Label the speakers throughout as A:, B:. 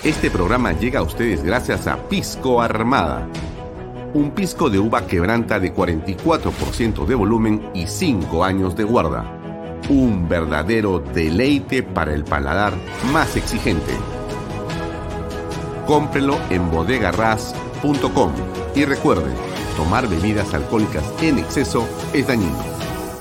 A: Este programa llega a ustedes gracias a Pisco Armada. Un pisco de uva quebranta de 44% de volumen y 5 años de guarda. Un verdadero deleite para el paladar más exigente. Cómprelo en bodegarras.com y recuerde, tomar bebidas alcohólicas en exceso es dañino.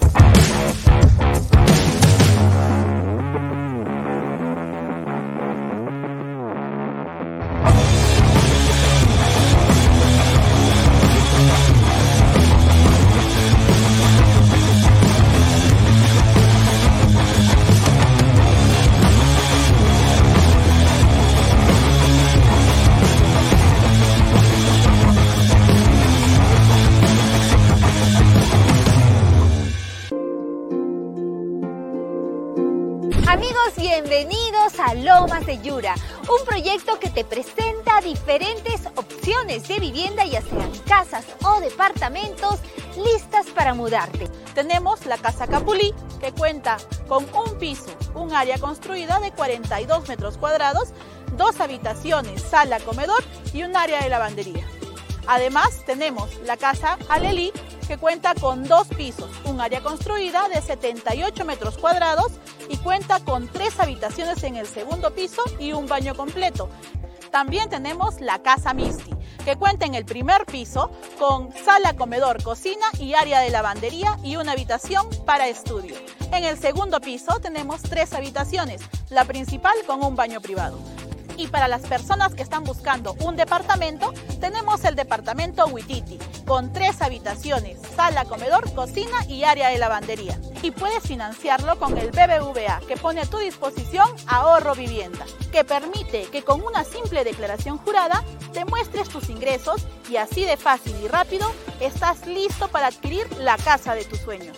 B: Bienvenidos a Lomas de Yura, un proyecto que te presenta diferentes opciones de vivienda, ya sean casas o departamentos listas para mudarte.
C: Tenemos la Casa Capulí, que cuenta con un piso, un área construida de 42 metros cuadrados, 2 habitaciones, sala, comedor y un área de lavandería. Además, tenemos la Casa Alelí, que cuenta con 2 pisos, un área construida de 78 metros cuadrados y cuenta con 3 habitaciones en el segundo piso y un baño completo. También tenemos la Casa Misty, que cuenta en el primer piso con sala, comedor, cocina y área de lavandería y una habitación para estudio. En el segundo piso tenemos 3 habitaciones, la principal con un baño privado. Y para las personas que están buscando un departamento, tenemos el departamento Huititi, con 3 habitaciones, sala, comedor, cocina y área de lavandería. Y puedes financiarlo con el BBVA, que pone a tu disposición Ahorro Vivienda, que permite que con una simple declaración jurada te muestres tus ingresos y así de fácil y rápido estás listo para adquirir la casa de tus sueños.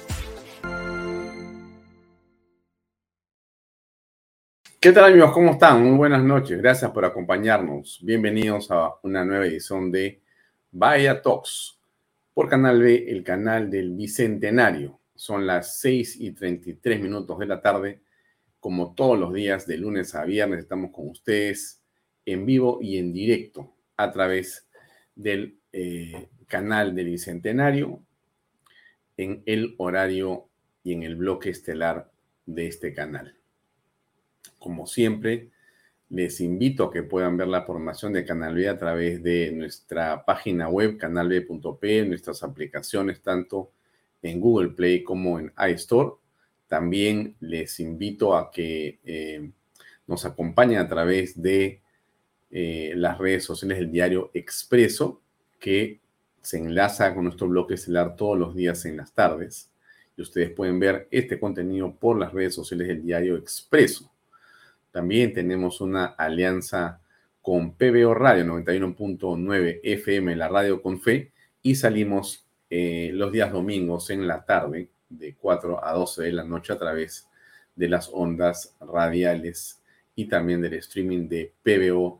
D: ¿Qué tal, amigos? ¿Cómo están? Muy buenas noches. Gracias por acompañarnos. Bienvenidos a una nueva edición de Bahía Talks por Canal B, el canal del Bicentenario. Son las 6:33 de la tarde. Como todos los días, de lunes a viernes, estamos con ustedes en vivo y en directo a través del canal del Bicentenario, en el horario y en el bloque estelar de este canal. Como siempre, les invito a que puedan ver la programación de Canal B a través de nuestra página web, canalb.p, nuestras aplicaciones, tanto en Google Play como en iStore. También les invito a que nos acompañen a través de las redes sociales del diario Expreso, que se enlaza con nuestro bloque estelar todos los días en las tardes. Y ustedes pueden ver este contenido por las redes sociales del diario Expreso. También tenemos una alianza con PBO Radio 91.9 FM, la radio con fe, y salimos los días domingos en la tarde de 4 a 12 de la noche a través de las ondas radiales y también del streaming de PBO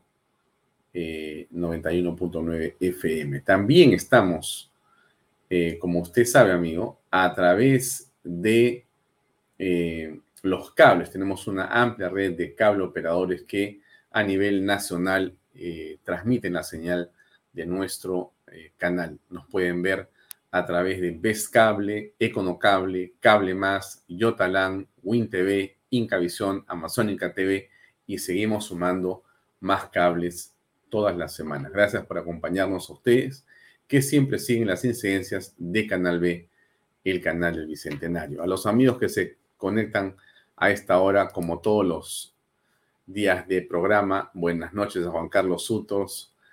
D: 91.9 FM. También estamos, como usted sabe, amigo, a través de los cables. Tenemos una amplia red de cable operadores que a nivel nacional transmiten la señal de nuestro canal. Nos pueden ver a través de Best Cable, Econocable, Cable Más, Yotalan, WinTV, Incavisión, Amazónica TV y seguimos sumando más cables todas las semanas. Gracias por acompañarnos a ustedes que siempre siguen las incidencias de Canal B, el canal del Bicentenario. A los amigos que se conectan a esta hora, como todos los días de programa, buenas noches a Juan Carlos Sutor,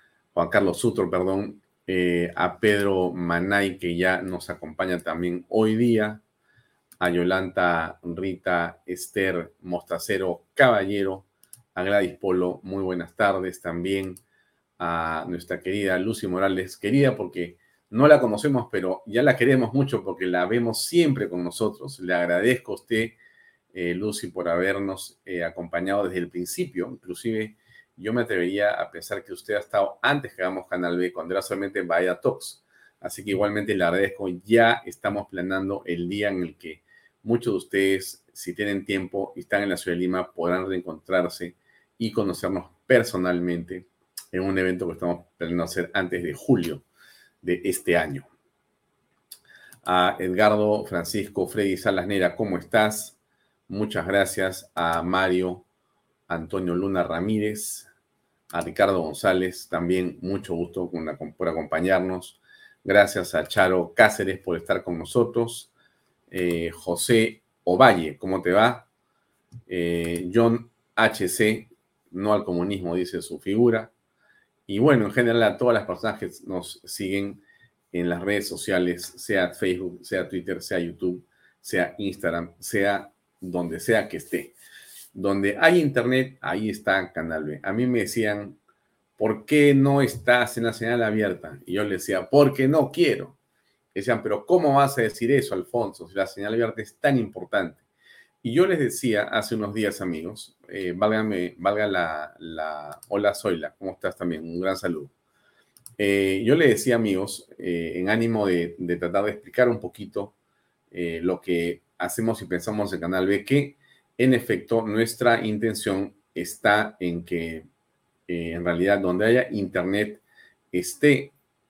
D: a Pedro Manay, que ya nos acompaña también hoy día, a Yolanta Rita Esther Mostacero Caballero, a Gladys Polo, muy buenas tardes, también a nuestra querida Lucy Morales, querida porque no la conocemos, pero ya la queremos mucho porque la vemos siempre con nosotros. Le agradezco a usted, Lucy, por habernos acompañado desde el principio. Inclusive yo me atrevería a pensar que usted ha estado antes que hagamos Canal B, cuando era solamente Bahía Talks. Así que igualmente le agradezco. Ya estamos planeando el día en el que muchos de ustedes, si tienen tiempo y están en la ciudad de Lima, podrán reencontrarse y conocernos personalmente en un evento que estamos planeando hacer antes de julio de este año. A Edgardo Francisco Freddy Salas Nera, ¿cómo estás? Muchas gracias. A Mario Antonio Luna Ramírez, a Ricardo González, también mucho gusto por acompañarnos. Gracias a Charo Cáceres por estar con nosotros. José Ovalle, ¿cómo te va? John HC, no al comunismo, dice su figura. Y bueno, en general a todas las personas que nos siguen en las redes sociales, sea Facebook, sea Twitter, sea YouTube, sea Instagram, sea donde sea que esté. Donde hay internet, ahí está Canal B. A mí me decían, ¿por qué no estás en la señal abierta? Y yo les decía, porque no quiero. Decían, pero ¿cómo vas a decir eso, Alfonso, si la señal abierta es tan importante? Y yo les decía hace unos días, amigos, valga la... Hola, Zoila, ¿cómo estás también? Un gran saludo. Yo les decía, amigos, en ánimo de tratar de explicar un poquito lo que hacemos y pensamos en Canal B, que en efecto nuestra intención está en que en realidad donde haya internet estemos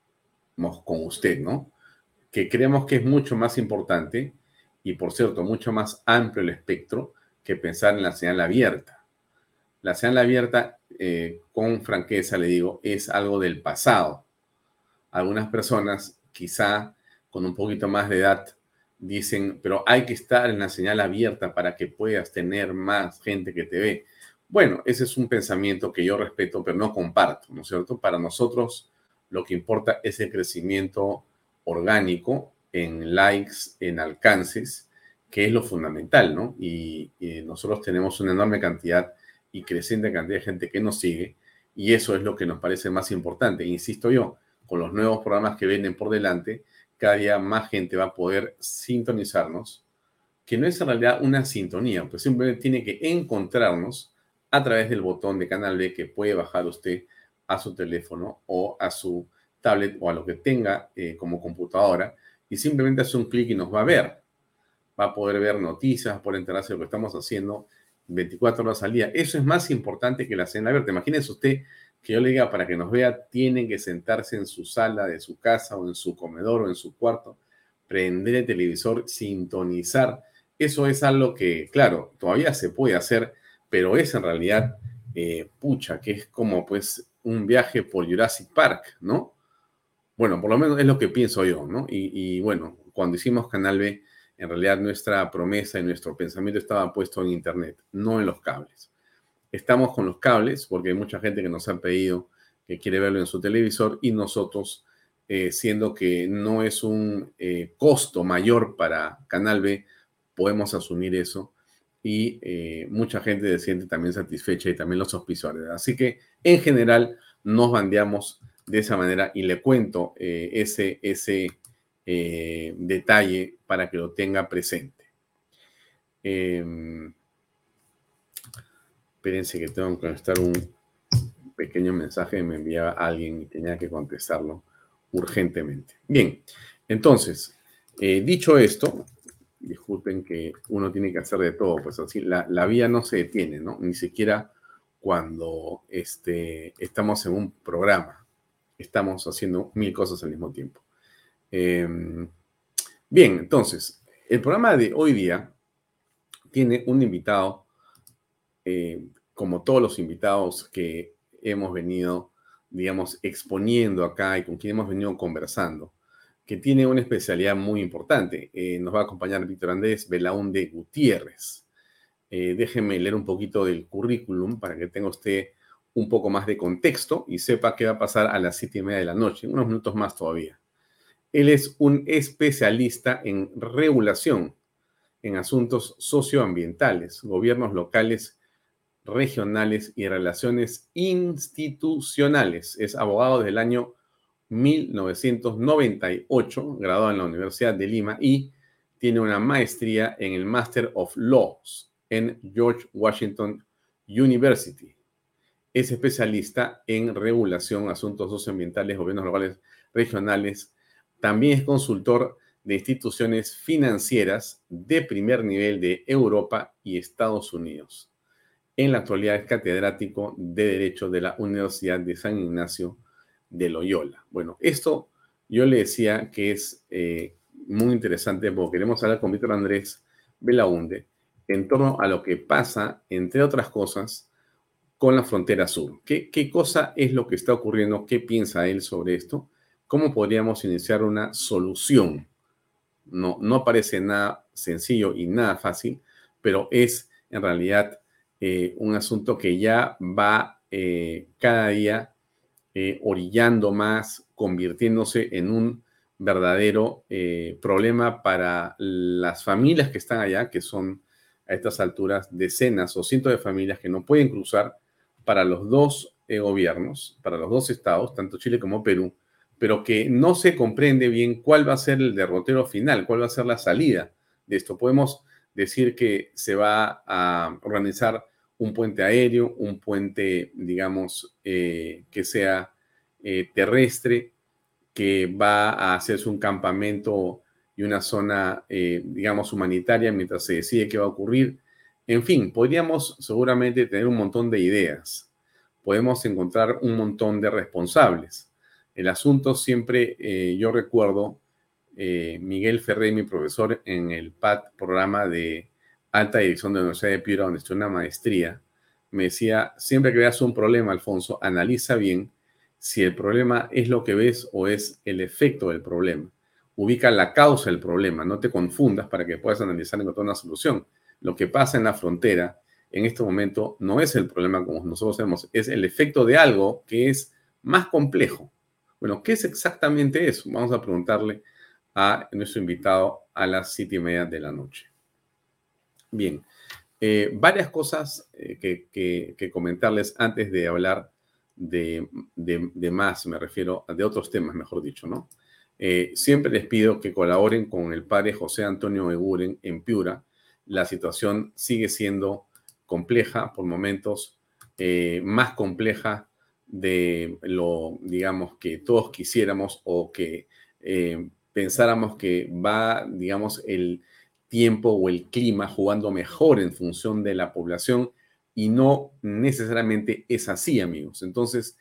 D: con usted, ¿no? Que creemos que es mucho más importante y, por cierto, mucho más amplio el espectro que pensar en la señal abierta. La señal abierta, con franqueza le digo, es algo del pasado. Algunas personas, quizá con un poquito más de edad, dicen, pero hay que estar en la señal abierta para que puedas tener más gente que te ve. Bueno, ese es un pensamiento que yo respeto, pero no comparto, ¿no es cierto? Para nosotros lo que importa es el crecimiento orgánico en likes, en alcances, que es lo fundamental, ¿no? Y nosotros tenemos una enorme cantidad y creciente cantidad de gente que nos sigue, y eso es lo que nos parece más importante. Insisto yo, con los nuevos programas que vienen por delante, cada día más gente va a poder sintonizarnos, que no es en realidad una sintonía, pues simplemente tiene que encontrarnos a través del botón de Canal B que puede bajar usted a su teléfono o a su tablet o a lo que tenga como computadora, y simplemente hace un clic y nos va a ver. Va a poder ver noticias, va a poder enterarse de lo que estamos haciendo 24 horas al día. Eso es más importante que la señal abierta. Imagínese usted que yo le diga, para que nos vea, tienen que sentarse en su sala de su casa o en su comedor o en su cuarto, prender el televisor, sintonizar. Eso es algo que, claro, todavía se puede hacer, pero es en realidad, que es como pues un viaje por Jurassic Park, ¿no? Bueno, por lo menos es lo que pienso yo, ¿no? Y bueno, cuando hicimos Canal B, en realidad nuestra promesa y nuestro pensamiento estaba puesto en Internet, no en los cables. Estamos con los cables porque hay mucha gente que nos ha pedido que quiere verlo en su televisor, y nosotros, siendo que no es un costo mayor para Canal B, podemos asumir eso, y mucha gente se siente también satisfecha, y también los auspiciadores. Así que en general nos bandeamos de esa manera, y le cuento ese detalle para que lo tenga presente. Espérense que tengo que contestar un pequeño mensaje que me enviaba alguien y tenía que contestarlo urgentemente. Bien, entonces, dicho esto, disculpen que uno tiene que hacer de todo, pues así la vida no se detiene, ¿no? Ni siquiera cuando estamos en un programa, estamos haciendo 1000 cosas al mismo tiempo. Bien, entonces, el programa de hoy día tiene un invitado, como todos los invitados que hemos venido, digamos, exponiendo acá y con quien hemos venido conversando, que tiene una especialidad muy importante. Nos va a acompañar Víctor Andrés Belaúnde Gutiérrez. Déjenme leer un poquito del currículum para que tenga usted un poco más de contexto y sepa qué va a pasar a las 7:30 de la noche, unos minutos más todavía. Él es un especialista en regulación en asuntos socioambientales, gobiernos locales, regionales y relaciones institucionales. Es abogado desde el año 1998, graduado en la Universidad de Lima, y tiene una maestría en el Master of Laws en George Washington University. Es especialista en regulación, asuntos socioambientales, gobiernos locales, regionales. También es consultor de instituciones financieras de primer nivel de Europa y Estados Unidos. En la actualidad es catedrático de Derecho de la Universidad de San Ignacio de Loyola. Bueno, esto yo le decía que es muy interesante porque queremos hablar con Víctor Andrés Belaunde en torno a lo que pasa, entre otras cosas, con la frontera sur. ¿Qué cosa es lo que está ocurriendo? ¿Qué piensa él sobre esto? ¿Cómo podríamos iniciar una solución? No parece nada sencillo y nada fácil, pero es en realidad un asunto que ya va cada día orillando más, convirtiéndose en un verdadero problema para las familias que están allá, que son a estas alturas decenas o cientos de familias que no pueden cruzar para los dos gobiernos, para los dos estados, tanto Chile como Perú, pero que no se comprende bien cuál va a ser el derrotero final, cuál va a ser la salida de esto. Podemos decir que se va a organizar un puente aéreo, un puente, digamos, que sea terrestre, que va a hacerse un campamento y una zona, digamos, humanitaria mientras se decide qué va a ocurrir. En fin, podríamos seguramente tener un montón de ideas. Podemos encontrar un montón de responsables. El asunto siempre, yo recuerdo, Miguel Ferré, mi profesor en el PAD, programa de alta dirección de la Universidad de Piura, donde estoy en una maestría, me decía, siempre que veas un problema, Alfonso, analiza bien si el problema es lo que ves o es el efecto del problema. Ubica la causa del problema, no te confundas para que puedas analizar y encontrar una solución. Lo que pasa en la frontera en este momento no es el problema como nosotros vemos, es el efecto de algo que es más complejo. Bueno, ¿qué es exactamente eso? Vamos a preguntarle a nuestro invitado a las 7:30 de la noche. Bien, varias cosas que comentarles antes de hablar de más, me refiero de otros temas, mejor dicho, ¿no? Siempre les pido que colaboren con el padre José Antonio Eguren en Piura. La situación sigue siendo compleja, por momentos más compleja de lo, digamos, que todos quisiéramos o que pensáramos que va, digamos, el tiempo o el clima jugando mejor en función de la población y no necesariamente es así, amigos. Entonces,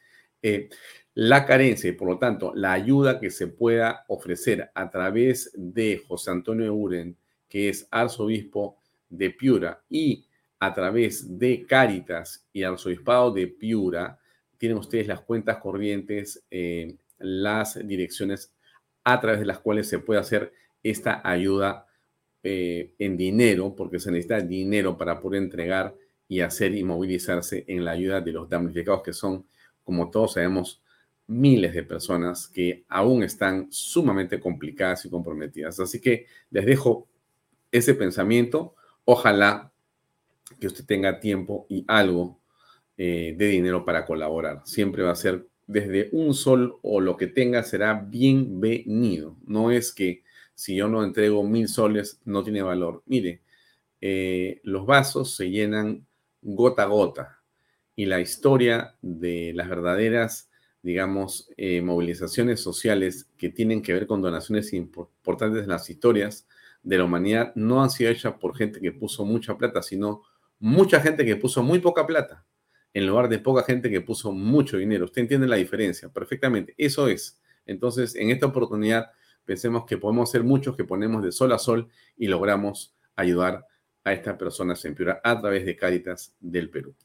D: la carencia y por lo tanto la ayuda que se pueda ofrecer a través de José Antonio Eguren, que es arzobispo de Piura, y a través de Cáritas y Arzobispado de Piura, tienen ustedes las cuentas corrientes, las direcciones a través de las cuales se puede hacer esta ayuda en dinero, porque se necesita dinero para poder entregar y hacer y movilizarse en la ayuda de los damnificados, que son, como todos sabemos, miles de personas que aún están sumamente complicadas y comprometidas. Así que les dejo ese pensamiento. Ojalá que usted tenga tiempo y algo de dinero para colaborar. Siempre va a ser desde un sol o lo que tenga será bienvenido. No es que si yo no entrego 1,000 soles no tiene valor. Mire, los vasos se llenan gota a gota y la historia de las verdaderas, digamos, movilizaciones sociales que tienen que ver con donaciones importantes en las historias de la humanidad no han sido hechas por gente que puso mucha plata, sino mucha gente que puso muy poca plata en lugar de poca gente que puso mucho dinero. Usted entiende la diferencia perfectamente. Eso es. Entonces, en esta oportunidad, pensemos que podemos ser muchos que ponemos de sol a sol y logramos ayudar a estas personas en Piura a través de Cáritas del Perú.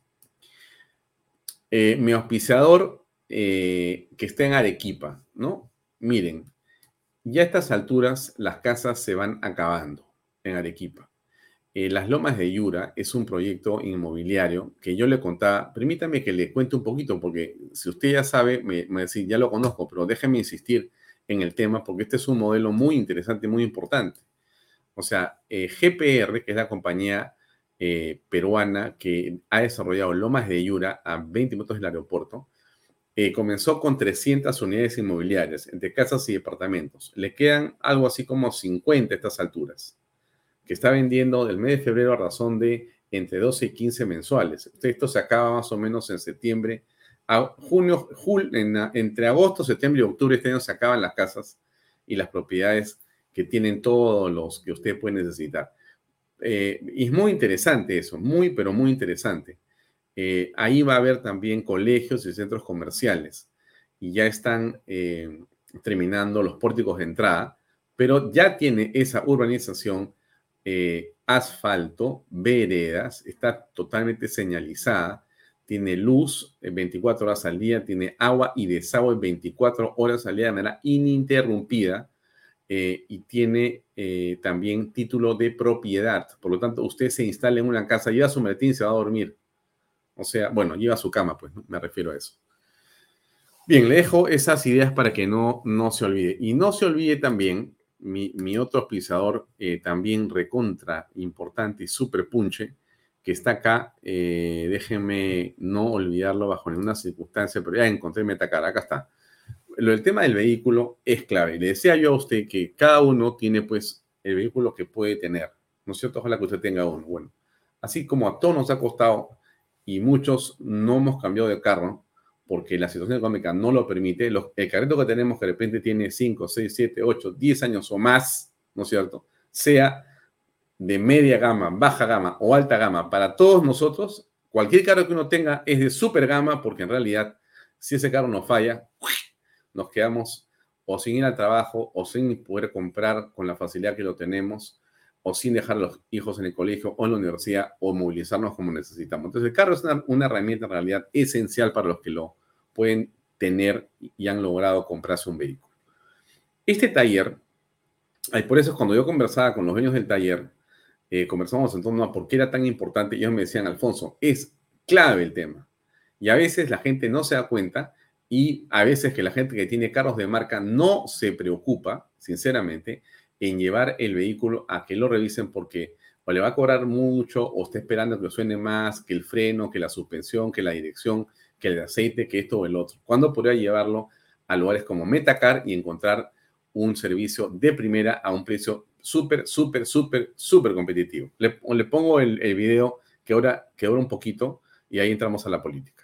D: Mi auspiciador que está en Arequipa, ¿no? Miren, ya a estas alturas las casas se van acabando en Arequipa. Las Lomas de Yura es un proyecto inmobiliario que yo le contaba. Permítame que le cuente un poquito, porque si usted ya sabe, me decía, ya lo conozco, pero déjeme insistir en el tema, porque este es un modelo muy interesante y muy importante. O sea, GPR, que es la compañía peruana que ha desarrollado Lomas de Yura a 20 minutos del aeropuerto, comenzó con 300 unidades inmobiliarias, entre casas y departamentos. Le quedan algo así como 50 a estas alturas, que está vendiendo del mes de febrero a razón de entre 12 y 15 mensuales. Esto se acaba más o menos en septiembre, a junio, entre agosto, septiembre y octubre este año se acaban las casas y las propiedades que tienen todos los que usted puede necesitar. Y es muy interesante eso, muy, pero muy interesante. Ahí va a haber también colegios y centros comerciales. Y ya están terminando los pórticos de entrada, pero ya tiene esa urbanización asfalto, veredas, está totalmente señalizada, tiene luz 24 horas al día, tiene agua y desagüe 24 horas al día de manera ininterrumpida, y tiene también título de propiedad. Por lo tanto, usted se instala en una casa, lleva su maletín y se va a dormir. O sea, bueno, lleva su cama, pues, ¿no? Me refiero a eso. Bien, le dejo esas ideas para que no se olvide. Y no se olvide también mi otro auspiciador, también recontra importante y súper punche, que está acá. Déjenme no olvidarlo bajo ninguna circunstancia, pero ya encontré Metacar, acá está. Lo del tema del vehículo es clave. Le decía yo a usted que cada uno tiene, pues, el vehículo que puede tener, ¿no es cierto? Ojalá que usted tenga uno. Bueno, así como a todos nos ha costado y muchos no hemos cambiado de carro porque la situación económica no lo permite, el carrito que tenemos que de repente tiene 5, 6, 7, 8, 10 años o más, ¿no es cierto? Sea de media gama, baja gama o alta gama, para todos nosotros, cualquier carro que uno tenga es de super gama, porque en realidad, si ese carro nos falla, nos quedamos o sin ir al trabajo, o sin poder comprar con la facilidad que lo tenemos, o sin dejar a los hijos en el colegio o en la universidad, o movilizarnos como necesitamos. Entonces, el carro es una herramienta en realidad esencial para los que lo pueden tener y han logrado comprarse un vehículo. Este taller, por eso cuando yo conversaba con los dueños del taller, conversamos en torno a por qué era tan importante, y ellos me decían, Alfonso, es clave el tema. Y a veces la gente no se da cuenta, y a veces que la gente que tiene carros de marca no se preocupa, sinceramente, en llevar el vehículo a que lo revisen, porque o le va a cobrar mucho, o está esperando que suene más, que el freno, que la suspensión, que la dirección, que el aceite, que esto o el otro. ¿Cuándo podría llevarlo a lugares como Metacar y encontrar un servicio de primera a un precio súper competitivo? Le pongo el video que ahora un poquito y ahí entramos a la política.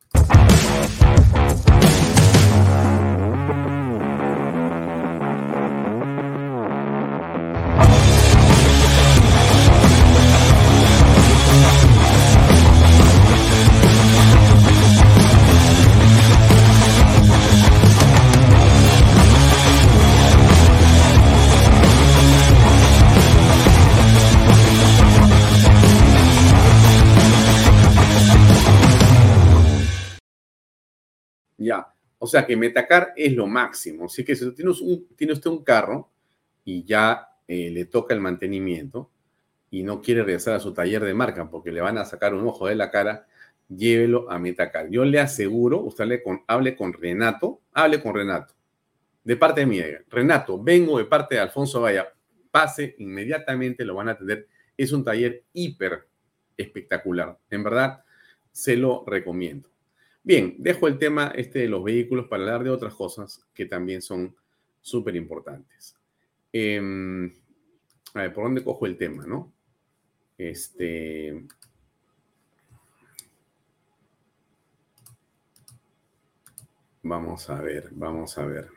D: Ya, o sea que Metacar es lo máximo. Así que si tiene usted un carro y ya le toca el mantenimiento y no quiere regresar a su taller de marca porque le van a sacar un ojo de la cara, llévelo a Metacar. Yo le aseguro, usted hable con Renato, de parte mía. Renato, vengo de parte de Alfonso Vaya, pase inmediatamente, lo van a atender. Es un taller hiper espectacular. En verdad, se lo recomiendo. Bien, dejo el tema de los vehículos para hablar de otras cosas que también son súper importantes. A ver, ¿por dónde cojo el tema, no? Vamos a ver.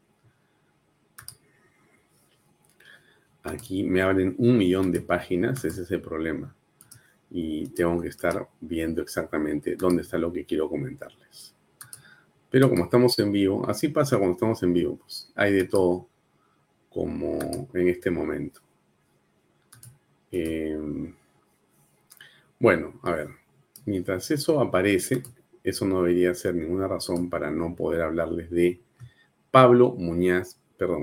D: Aquí me abren 1 millón de páginas, ese es el problema. Y tengo que estar viendo exactamente dónde está lo que quiero comentarles. Pero como estamos en vivo, así pasa cuando estamos en vivo, pues hay de todo como en este momento. Bueno, a ver, mientras eso aparece, eso no debería ser ninguna razón para no poder hablarles de Pablo Muñoz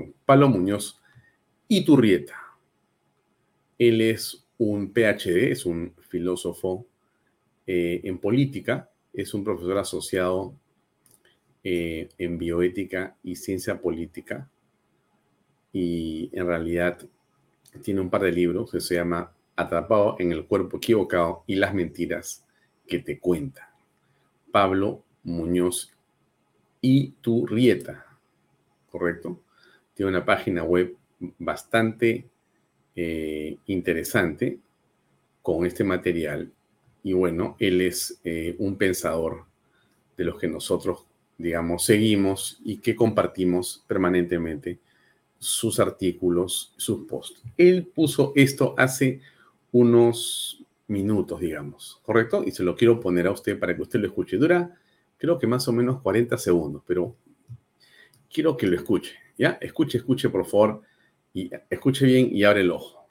D: Iturrieta. Él es un PhD, es un filósofo en política, es un profesor asociado en bioética y ciencia política, y en realidad tiene un par de libros que se llama Atrapado en el cuerpo equivocado y las mentiras que te cuentan. Pablo Muñoz Iturrieta, ¿correcto? Tiene una página web bastante interesante con este material, y bueno, él es un pensador de los que nosotros, digamos, seguimos y que compartimos permanentemente sus artículos, sus posts. Él puso esto hace unos minutos, digamos, ¿correcto? Y se lo quiero poner a usted para que usted lo escuche. Dura, creo que más o menos 40 segundos, pero quiero que lo escuche, ¿ya? Escuche, por favor, y escuche bien y abre el ojo.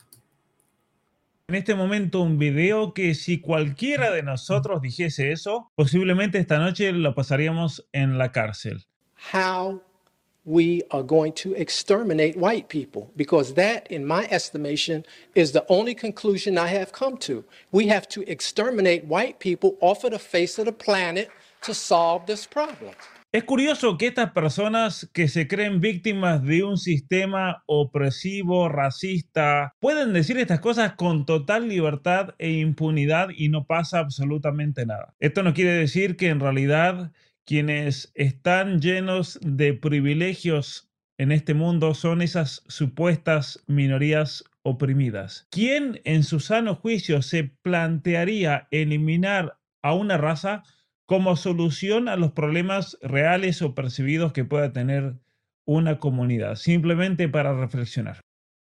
E: En este momento un video que si cualquiera de nosotros dijese eso, posiblemente esta noche lo pasaríamos en la cárcel.
F: How we are going to exterminate white people, because that, in my estimation, is the only conclusion I have come to. We have to exterminate white people off of the face of the planet to solve this problem.
E: Es curioso que estas personas que se creen víctimas de un sistema opresivo, racista, pueden decir estas cosas con total libertad e impunidad y no pasa absolutamente nada. Esto no quiere decir que en realidad quienes están llenos de privilegios en este mundo son esas supuestas minorías oprimidas. ¿Quién en su sano juicio se plantearía eliminar a una raza como solución a los problemas reales o percibidos que pueda tener una comunidad? Simplemente para reflexionar.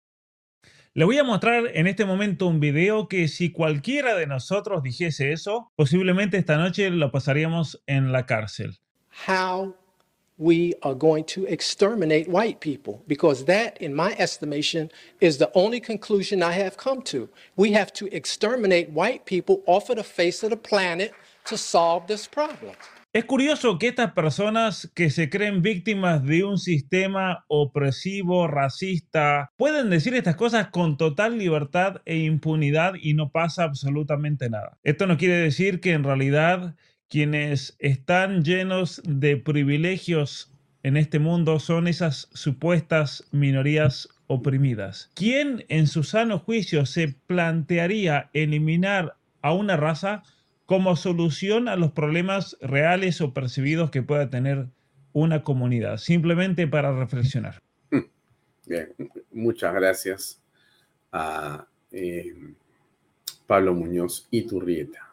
E: Le voy a mostrar en este momento un video que si cualquiera de nosotros dijese eso, posiblemente esta noche lo pasaríamos en la cárcel.
F: How we are going to exterminate white people, because that, in my estimation, is the only conclusion I have come to. We have to exterminate white people off of the face of the planet to solve this problem.
E: Es curioso que estas personas que se creen víctimas de un sistema opresivo, racista, pueden decir estas cosas con total libertad e impunidad y no pasa absolutamente nada. Esto no quiere decir que en realidad quienes están llenos de privilegios en este mundo son esas supuestas minorías oprimidas. ¿Quién en su sano juicio se plantearía eliminar a una raza como solución a los problemas reales o percibidos que pueda tener una comunidad? Simplemente para reflexionar.
D: Bien, muchas gracias a Pablo Muñoz Iturrieta.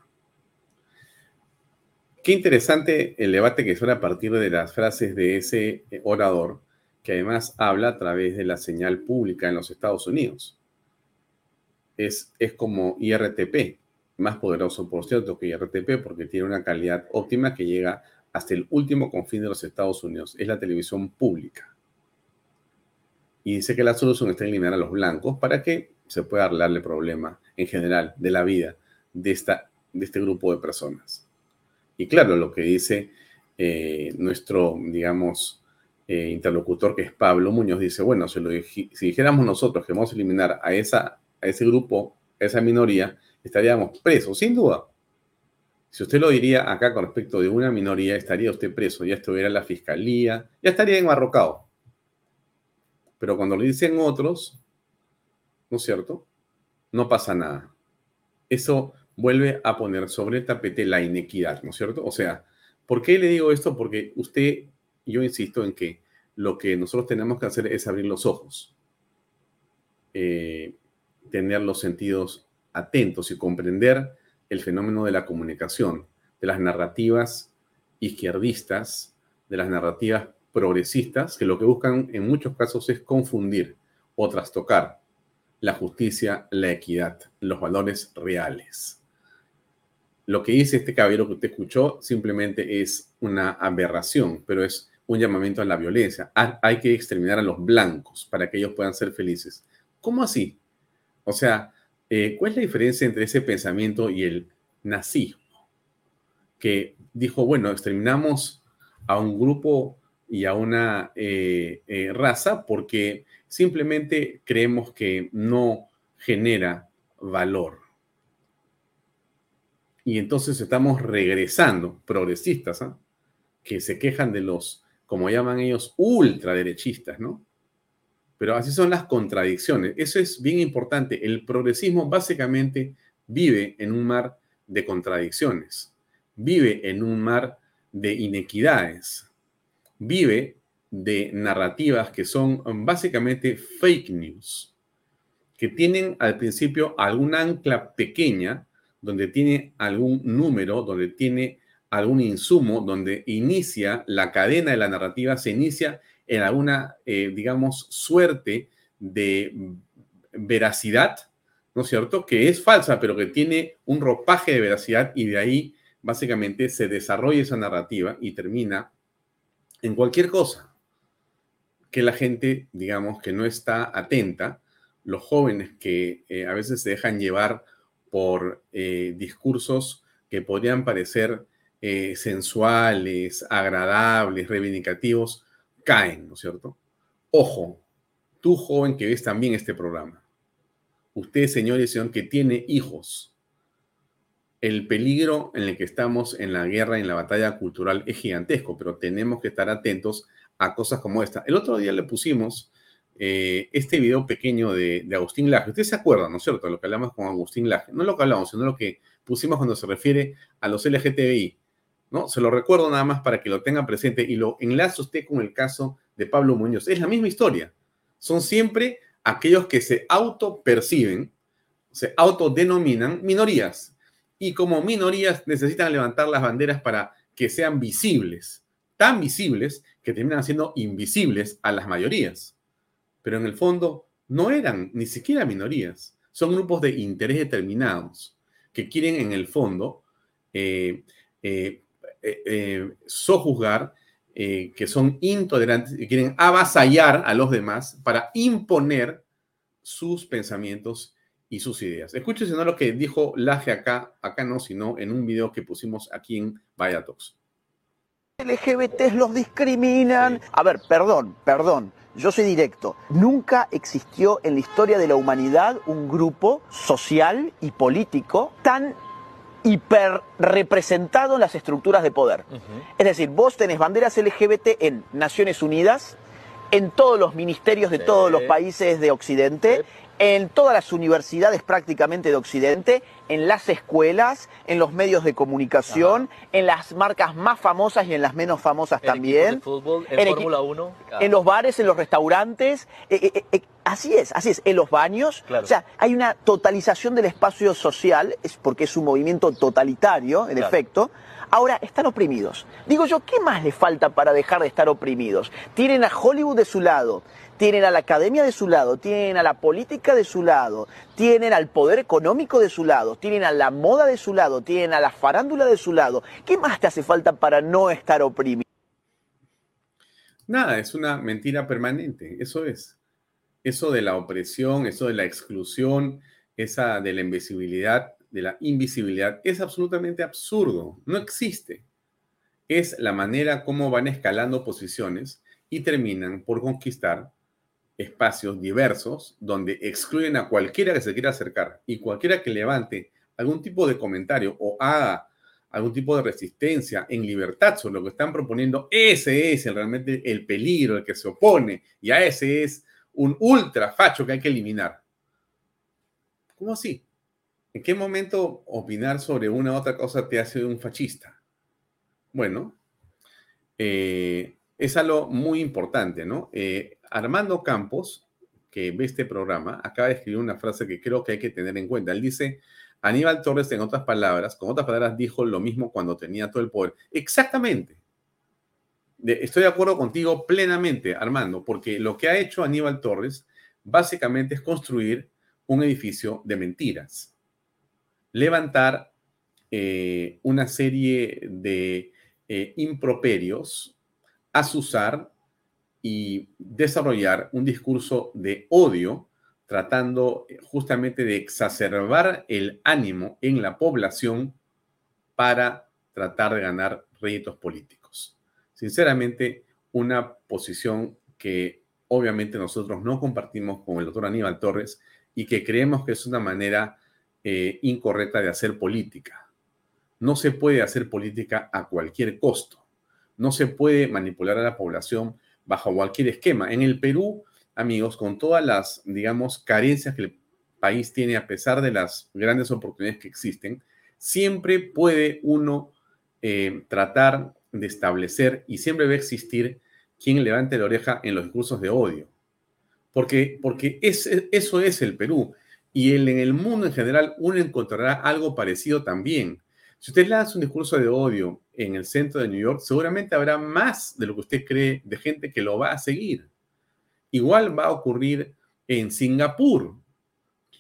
D: Qué interesante el debate que suena a partir de las frases de ese orador, que además habla a través de la señal pública en los Estados Unidos. Es como IRTP, más poderoso, por cierto, que IRTP, porque tiene una calidad óptima que llega hasta el último confín de los Estados Unidos. Es la televisión pública. Y dice que la solución está en eliminar a los blancos para que se pueda arreglar el problema en general de la vida de este grupo de personas. Y claro, lo que dice nuestro, digamos, interlocutor, que es Pablo Muñoz, dice, bueno, si dijéramos nosotros que vamos a eliminar a ese grupo, a esa minoría, estaríamos presos, sin duda. Si usted lo diría acá con respecto de una minoría, estaría usted preso, ya estuviera en la fiscalía, ya estaría enmarrocado. Pero cuando lo dicen otros, ¿no es cierto?, no pasa nada. Eso vuelve a poner sobre el tapete la inequidad, ¿no es cierto? O sea, ¿por qué le digo esto? Porque yo insisto en que lo que nosotros tenemos que hacer es abrir los ojos, tener los sentidos atentos y comprender el fenómeno de la comunicación, de las narrativas izquierdistas, de las narrativas progresistas, que lo que buscan en muchos casos es confundir o trastocar la justicia, la equidad, los valores reales. Lo que dice este caballero que usted escuchó simplemente es una aberración, pero es un llamamiento a la violencia. Hay que exterminar a los blancos para que ellos puedan ser felices. ¿Cómo así? O sea, ¿cuál es la diferencia entre ese pensamiento y el nazismo? Que dijo, bueno, exterminamos a un grupo y a una raza porque simplemente creemos que no genera valor. Y entonces estamos regresando, progresistas, ¿eh?, que se quejan de los, como llaman ellos, ultraderechistas, ¿no? Pero así son las contradicciones. Eso es bien importante. El progresismo básicamente vive en un mar de contradicciones, vive en un mar de inequidades, vive de narrativas que son básicamente fake news, que tienen al principio alguna ancla pequeña, donde tiene algún número, donde tiene algún insumo, donde inicia la cadena de la narrativa, se inicia en alguna, digamos, suerte de veracidad, ¿no es cierto?, que es falsa, pero que tiene un ropaje de veracidad y de ahí básicamente se desarrolla esa narrativa y termina en cualquier cosa que la gente, digamos, que no está atenta, los jóvenes que a veces se dejan llevar por discursos que podrían parecer sensuales, agradables, reivindicativos, caen, ¿no es cierto? Ojo, tú joven que ves también este programa, usted, señor y señor, que tiene hijos, el peligro en el que estamos en la guerra, en la batalla cultural es gigantesco, pero tenemos que estar atentos a cosas como esta. El otro día le pusimos este video pequeño de Agustín Laje. Usted se acuerda, ¿no es cierto?, de lo que hablamos con Agustín Laje. No lo que hablamos, sino lo que pusimos cuando se refiere a los LGTBI, ¿no? Se lo recuerdo nada más para que lo tenga presente y lo enlazo usted con el caso de Pablo Muñoz. Es la misma historia. Son siempre aquellos que se autoperciben, se autodenominan minorías. Y como minorías necesitan levantar las banderas para que sean visibles, tan visibles que terminan siendo invisibles a las mayorías. Pero en el fondo no eran ni siquiera minorías. Son grupos de interés determinados que quieren en el fondo sojuzgar, que son intolerantes, que quieren avasallar a los demás para imponer sus pensamientos y sus ideas. Escúchese no lo que dijo Laje acá no, sino en un video que pusimos aquí en Vaya Talks.
G: LGBTs los discriminan. A ver, perdón, yo soy directo. Nunca existió en la historia de la humanidad un grupo social y político tan hiperrepresentado en las estructuras de poder. Es decir, vos tenés banderas LGBT en Naciones Unidas, en todos los ministerios de todos los países de Occidente, en todas las universidades prácticamente de Occidente, en las escuelas, en los medios de comunicación, en las marcas más famosas y en las menos famosas también.
H: De fútbol, en Fórmula 1.
G: En los bares, en los restaurantes. Así es, en los baños. Claro. O sea, hay una totalización del espacio social, porque es un movimiento totalitario, en efecto. Ahora, están oprimidos. Digo yo, ¿qué más les falta para dejar de estar oprimidos? Tienen a Hollywood de su lado, tienen a la academia de su lado, tienen a la política de su lado, tienen al poder económico de su lado, tienen a la moda de su lado, tienen a la farándula de su lado. ¿Qué más te hace falta para no estar oprimido?
D: Nada, es una mentira permanente, eso es. Eso de la opresión, eso de la exclusión, esa de la invisibilidad, es absolutamente absurdo, no existe. Es la manera como van escalando posiciones y terminan por conquistar espacios diversos donde excluyen a cualquiera que se quiera acercar y cualquiera que levante algún tipo de comentario o haga algún tipo de resistencia en libertad sobre lo que están proponiendo, ese es realmente el peligro, el que se opone, y a ese es un ultra facho que hay que eliminar. ¿Cómo así? ¿En qué momento opinar sobre una u otra cosa te hace un fascista? Bueno, es algo muy importante, ¿no? Armando Campos, que ve este programa, acaba de escribir una frase que creo que hay que tener en cuenta. Él dice, Aníbal Torres, con otras palabras, dijo lo mismo cuando tenía todo el poder. Exactamente. Estoy de acuerdo contigo plenamente, Armando, porque lo que ha hecho Aníbal Torres básicamente es construir un edificio de mentiras. Levantar una serie de improperios, azuzar y desarrollar un discurso de odio, tratando justamente de exacerbar el ánimo en la población para tratar de ganar réditos políticos. Sinceramente, una posición que obviamente nosotros no compartimos con el doctor Aníbal Torres y que creemos que es una manera incorrecta de hacer política. No se puede hacer política a cualquier costo. No se puede manipular a la población bajo cualquier esquema. En el Perú, amigos, con todas las, digamos, carencias que el país tiene, a pesar de las grandes oportunidades que existen, siempre puede uno tratar de establecer y siempre va a existir quien levante la oreja en los discursos de odio. Porque eso es el Perú. Y en el mundo en general uno encontrará algo parecido también. Si usted lanza un discurso de odio en el centro de New York, seguramente habrá más de lo que usted cree de gente que lo va a seguir. Igual va a ocurrir en Singapur.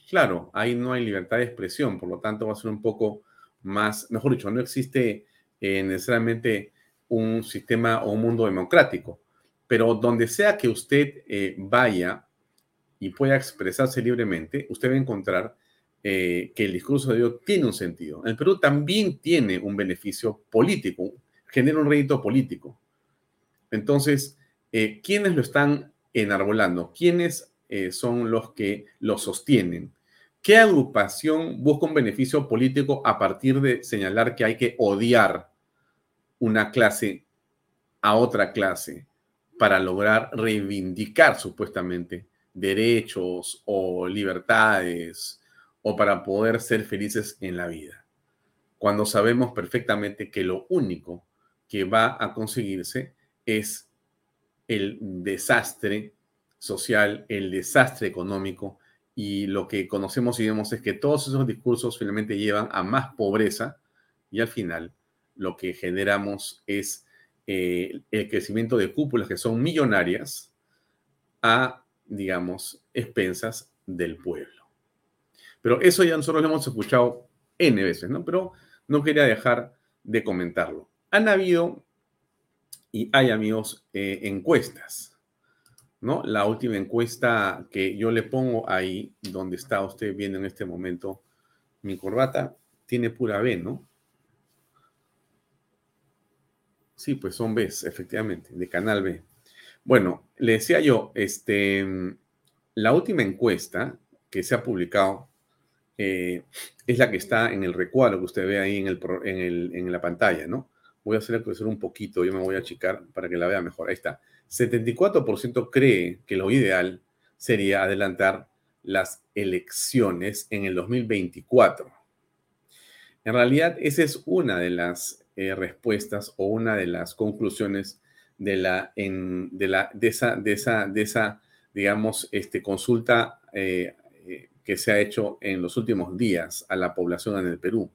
D: claro, ahí no hay libertad de expresión, por lo tanto va a ser un poco más, mejor dicho, no existe necesariamente un sistema o un mundo democrático, pero donde sea que usted vaya y pueda expresarse libremente, usted va a encontrar que el discurso de Dios tiene un sentido. En el Perú también tiene un beneficio político, genera un rédito político. Entonces, ¿quiénes lo están enarbolando? ¿Quiénes son los que lo sostienen? ¿Qué agrupación busca un beneficio político a partir de señalar que hay que odiar una clase a otra clase para lograr reivindicar supuestamente derechos o libertades o para poder ser felices en la vida? Cuando sabemos perfectamente que lo único que va a conseguirse es el desastre social, el desastre económico, y lo que conocemos y vemos es que todos esos discursos finalmente llevan a más pobreza y al final lo que generamos es el crecimiento de cúpulas que son millonarias a, digamos, expensas del pueblo. Pero eso ya nosotros lo hemos escuchado N veces, ¿no? Pero no quería dejar de comentarlo. Han habido y hay, amigos, encuestas, ¿no? La última encuesta que yo le pongo ahí, donde está usted viendo en este momento mi corbata, tiene pura B, ¿no? Sí, pues son Bs, efectivamente, de Canal B. Bueno, le decía yo, la última encuesta que se ha publicado es la que está en el recuadro que usted ve ahí en la pantalla, ¿no? Voy a hacerla crecer un poquito, yo me voy a achicar para que la vea mejor. Ahí está. 74% cree que lo ideal sería adelantar las elecciones en el 2024. En realidad, esa es una de las respuestas o una de las conclusiones de esa, digamos, consulta que se ha hecho en los últimos días a la población en el Perú.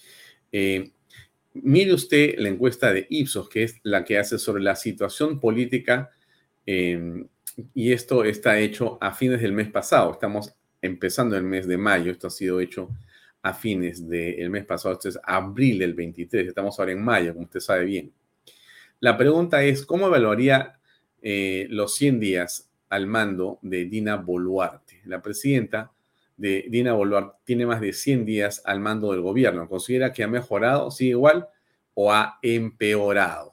D: Mire usted la encuesta de Ipsos, que es la que hace sobre la situación política, y esto está hecho a fines del mes pasado. Estamos empezando el mes de mayo, esto ha sido hecho a fines del mes pasado, esto es abril del 23, estamos ahora en mayo, como usted sabe bien. La pregunta es, ¿cómo evaluaría los 100 días al mando de Dina Boluarte? La presidenta de Dina Boluarte tiene más de 100 días al mando del gobierno. ¿Considera que ha mejorado, sigue igual o ha empeorado?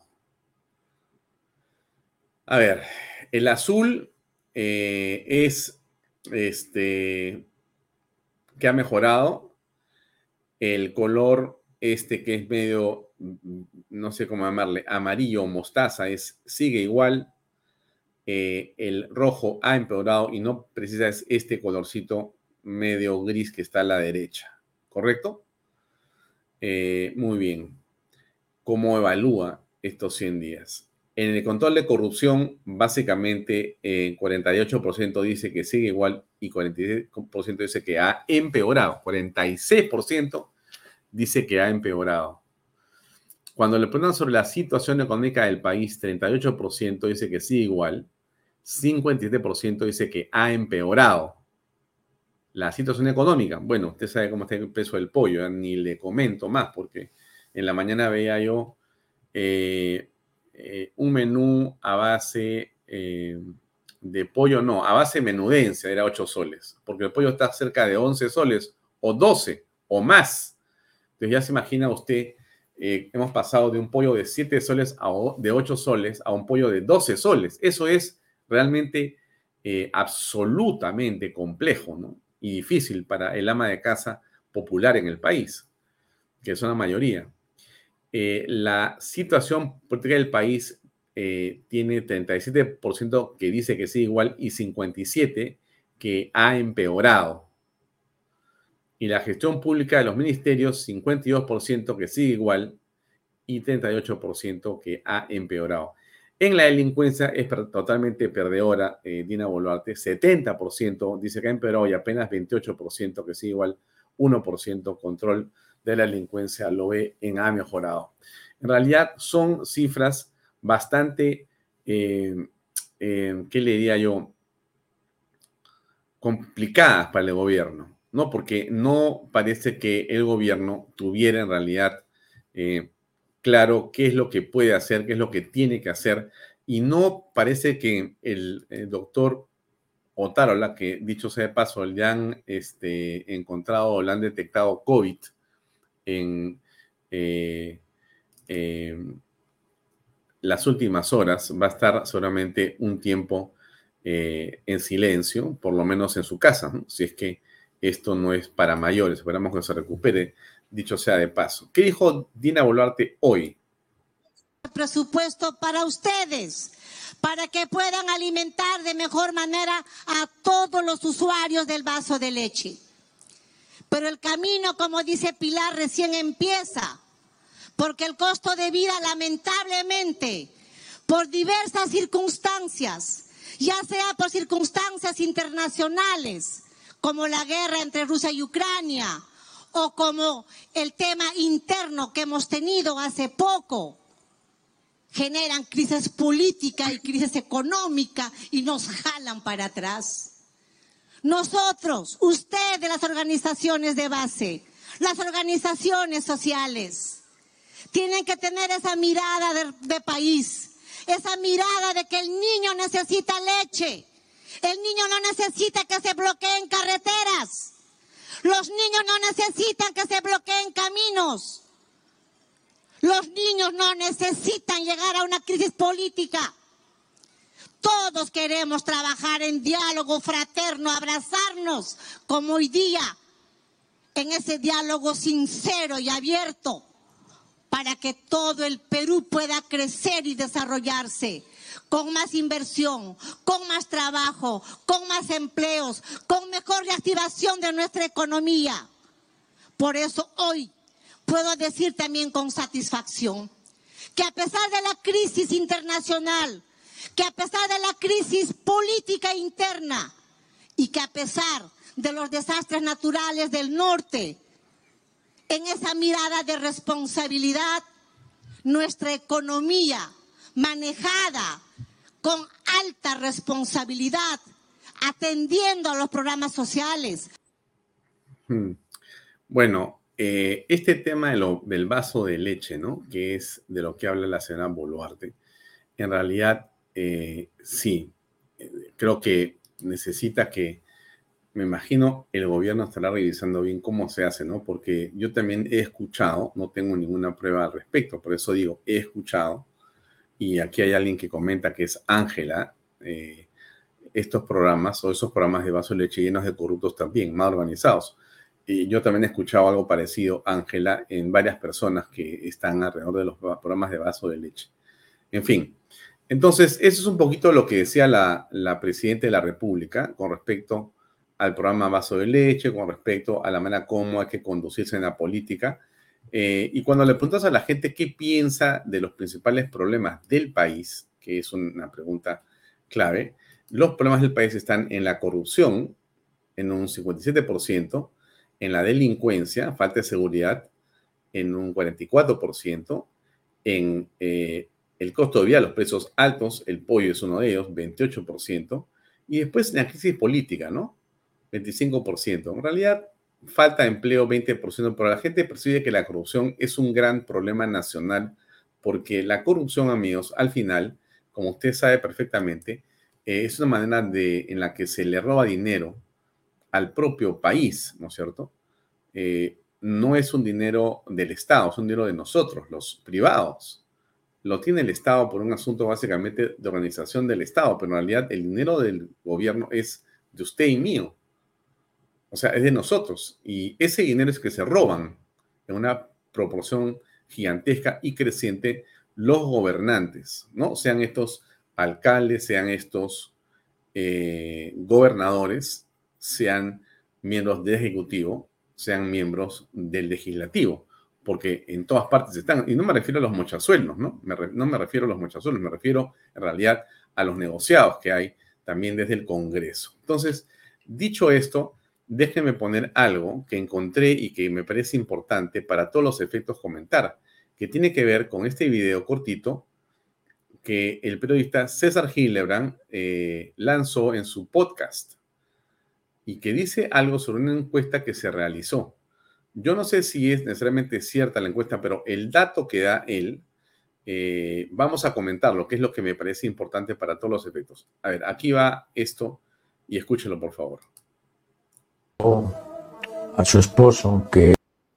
D: A ver, el azul es que ha mejorado. El color que es medio, no sé cómo llamarle, amarillo o mostaza, sigue igual. El rojo ha empeorado y no precisa es este colorcito medio gris que está a la derecha, ¿correcto? Muy bien. ¿Cómo evalúa estos 100 días? En el control de corrupción, básicamente 48% dice que sigue igual y 46% dice que ha empeorado. 46% dice que ha empeorado. Cuando le preguntan sobre la situación económica del país, 38% dice que sigue igual, 57% dice que ha empeorado. La situación económica, bueno, usted sabe cómo está el precio del pollo, ni le comento más porque en la mañana veía yo un menú a base de pollo, no, a base de menudencia, era 8 soles, porque el pollo está cerca de 11 soles o 12 o más. Entonces ya se imagina usted, hemos pasado de un pollo de 7 soles de 8 soles a un pollo de 12 soles. Eso es realmente absolutamente complejo, ¿no? Y difícil para el ama de casa popular en el país, que es una mayoría. La situación política del país tiene 37% que dice que sigue igual y 57% que ha empeorado. Y la gestión pública de los ministerios, 52% que sigue igual y 38% que ha empeorado. En la delincuencia es totalmente perdedora Dina Boluarte, 70% dice que ha empeorado y apenas 28% que sigue igual, 1% control de la delincuencia lo ve en ha mejorado. En realidad son cifras bastante, ¿qué le diría yo? Complicadas para el gobierno. ¿no? Porque no parece que el gobierno tuviera en realidad claro qué es lo que puede hacer, qué es lo que tiene que hacer, y no parece que el doctor Otárola, que dicho sea de paso, le han encontrado, le han detectado COVID en las últimas horas, va a estar solamente un tiempo en silencio, por lo menos en su casa, ¿no? Si es que esto no es para mayores, esperamos que se recupere, dicho sea de paso. ¿Qué dijo Dina Boluarte hoy?
H: Presupuesto para ustedes, para que puedan alimentar de mejor manera a todos los usuarios del vaso de leche. Pero el camino, como dice Pilar, recién empieza, porque el costo de vida, lamentablemente, por diversas circunstancias, ya sea por circunstancias internacionales, como la guerra entre Rusia y Ucrania, o como el tema interno que hemos tenido hace poco, generan crisis política y crisis económica y nos jalan para atrás. Nosotros, ustedes, las organizaciones de base, las organizaciones sociales, tienen que tener esa mirada de país, esa mirada de que el niño necesita leche, el niño no necesita que se bloqueen carreteras, los niños no necesitan que se bloqueen caminos, los niños no necesitan llegar a una crisis política. Todos queremos trabajar en diálogo fraterno, abrazarnos, como hoy día, en ese diálogo sincero y abierto, para que todo el Perú pueda crecer y desarrollarse con más inversión, con más trabajo, con más empleos, con mejor reactivación de nuestra economía. Por eso hoy puedo decir también con satisfacción que a pesar de la crisis internacional, que a pesar de la crisis política interna y que a pesar de los desastres naturales del norte, en esa mirada de responsabilidad, nuestra economía manejada con alta responsabilidad, atendiendo a los programas sociales.
D: Bueno, este tema del vaso de leche, ¿no? Que es de lo que habla la señora Boluarte, en realidad sí, creo que necesita que, me imagino, el gobierno estará revisando bien cómo se hace, ¿no? Porque yo también he escuchado, no tengo ninguna prueba al respecto, por eso digo, he escuchado, y aquí hay alguien que comenta que es Ángela, estos programas o esos programas de vaso de leche llenos de corruptos también, mal organizados. Y yo también he escuchado algo parecido, Ángela, en varias personas que están alrededor de los programas de vaso de leche. En fin, entonces, eso es un poquito lo que decía la presidenta de la República con respecto al programa Vaso de Leche, con respecto a la manera como hay que conducirse en la política. Y cuando le preguntas a la gente qué piensa de los principales problemas del país, que es una pregunta clave, los problemas del país están en la corrupción, en un 57%, en la delincuencia, falta de seguridad, en un 44%, en el costo de vida, los precios altos, el pollo es uno de ellos, 28%, y después en la crisis política, ¿no? 25%. En realidad, falta de empleo, 20%, pero la gente percibe que la corrupción es un gran problema nacional, porque la corrupción, amigos, al final, como usted sabe perfectamente, es una manera en la que se le roba dinero al propio país, ¿no es cierto? No es un dinero del Estado, es un dinero de nosotros, los privados. Lo tiene el Estado por un asunto básicamente de organización del Estado, pero en realidad el dinero del gobierno es de usted y mío. O sea, es de nosotros. Y ese dinero es que se roban en una proporción gigantesca y creciente los gobernantes, ¿no? Sean estos alcaldes, sean estos gobernadores, sean miembros del Ejecutivo, sean miembros del Legislativo, porque en todas partes están, y no me refiero a los mochasueldos, ¿no? No me refiero a los mochasueldos, me refiero en realidad a los negociados que hay también desde el Congreso. Entonces, dicho esto, déjenme poner algo que encontré y que me parece importante para todos los efectos comentar, que tiene que ver con este video cortito que el periodista César Hildebrand lanzó en su podcast. y que dice algo sobre una encuesta que se realizó. Yo no sé si es necesariamente cierta la encuesta, pero el dato que da él, vamos a comentarlo, que es lo que me parece importante para todos los efectos. A ver, aquí va esto y escúchenlo, por favor.
I: A su esposo, que es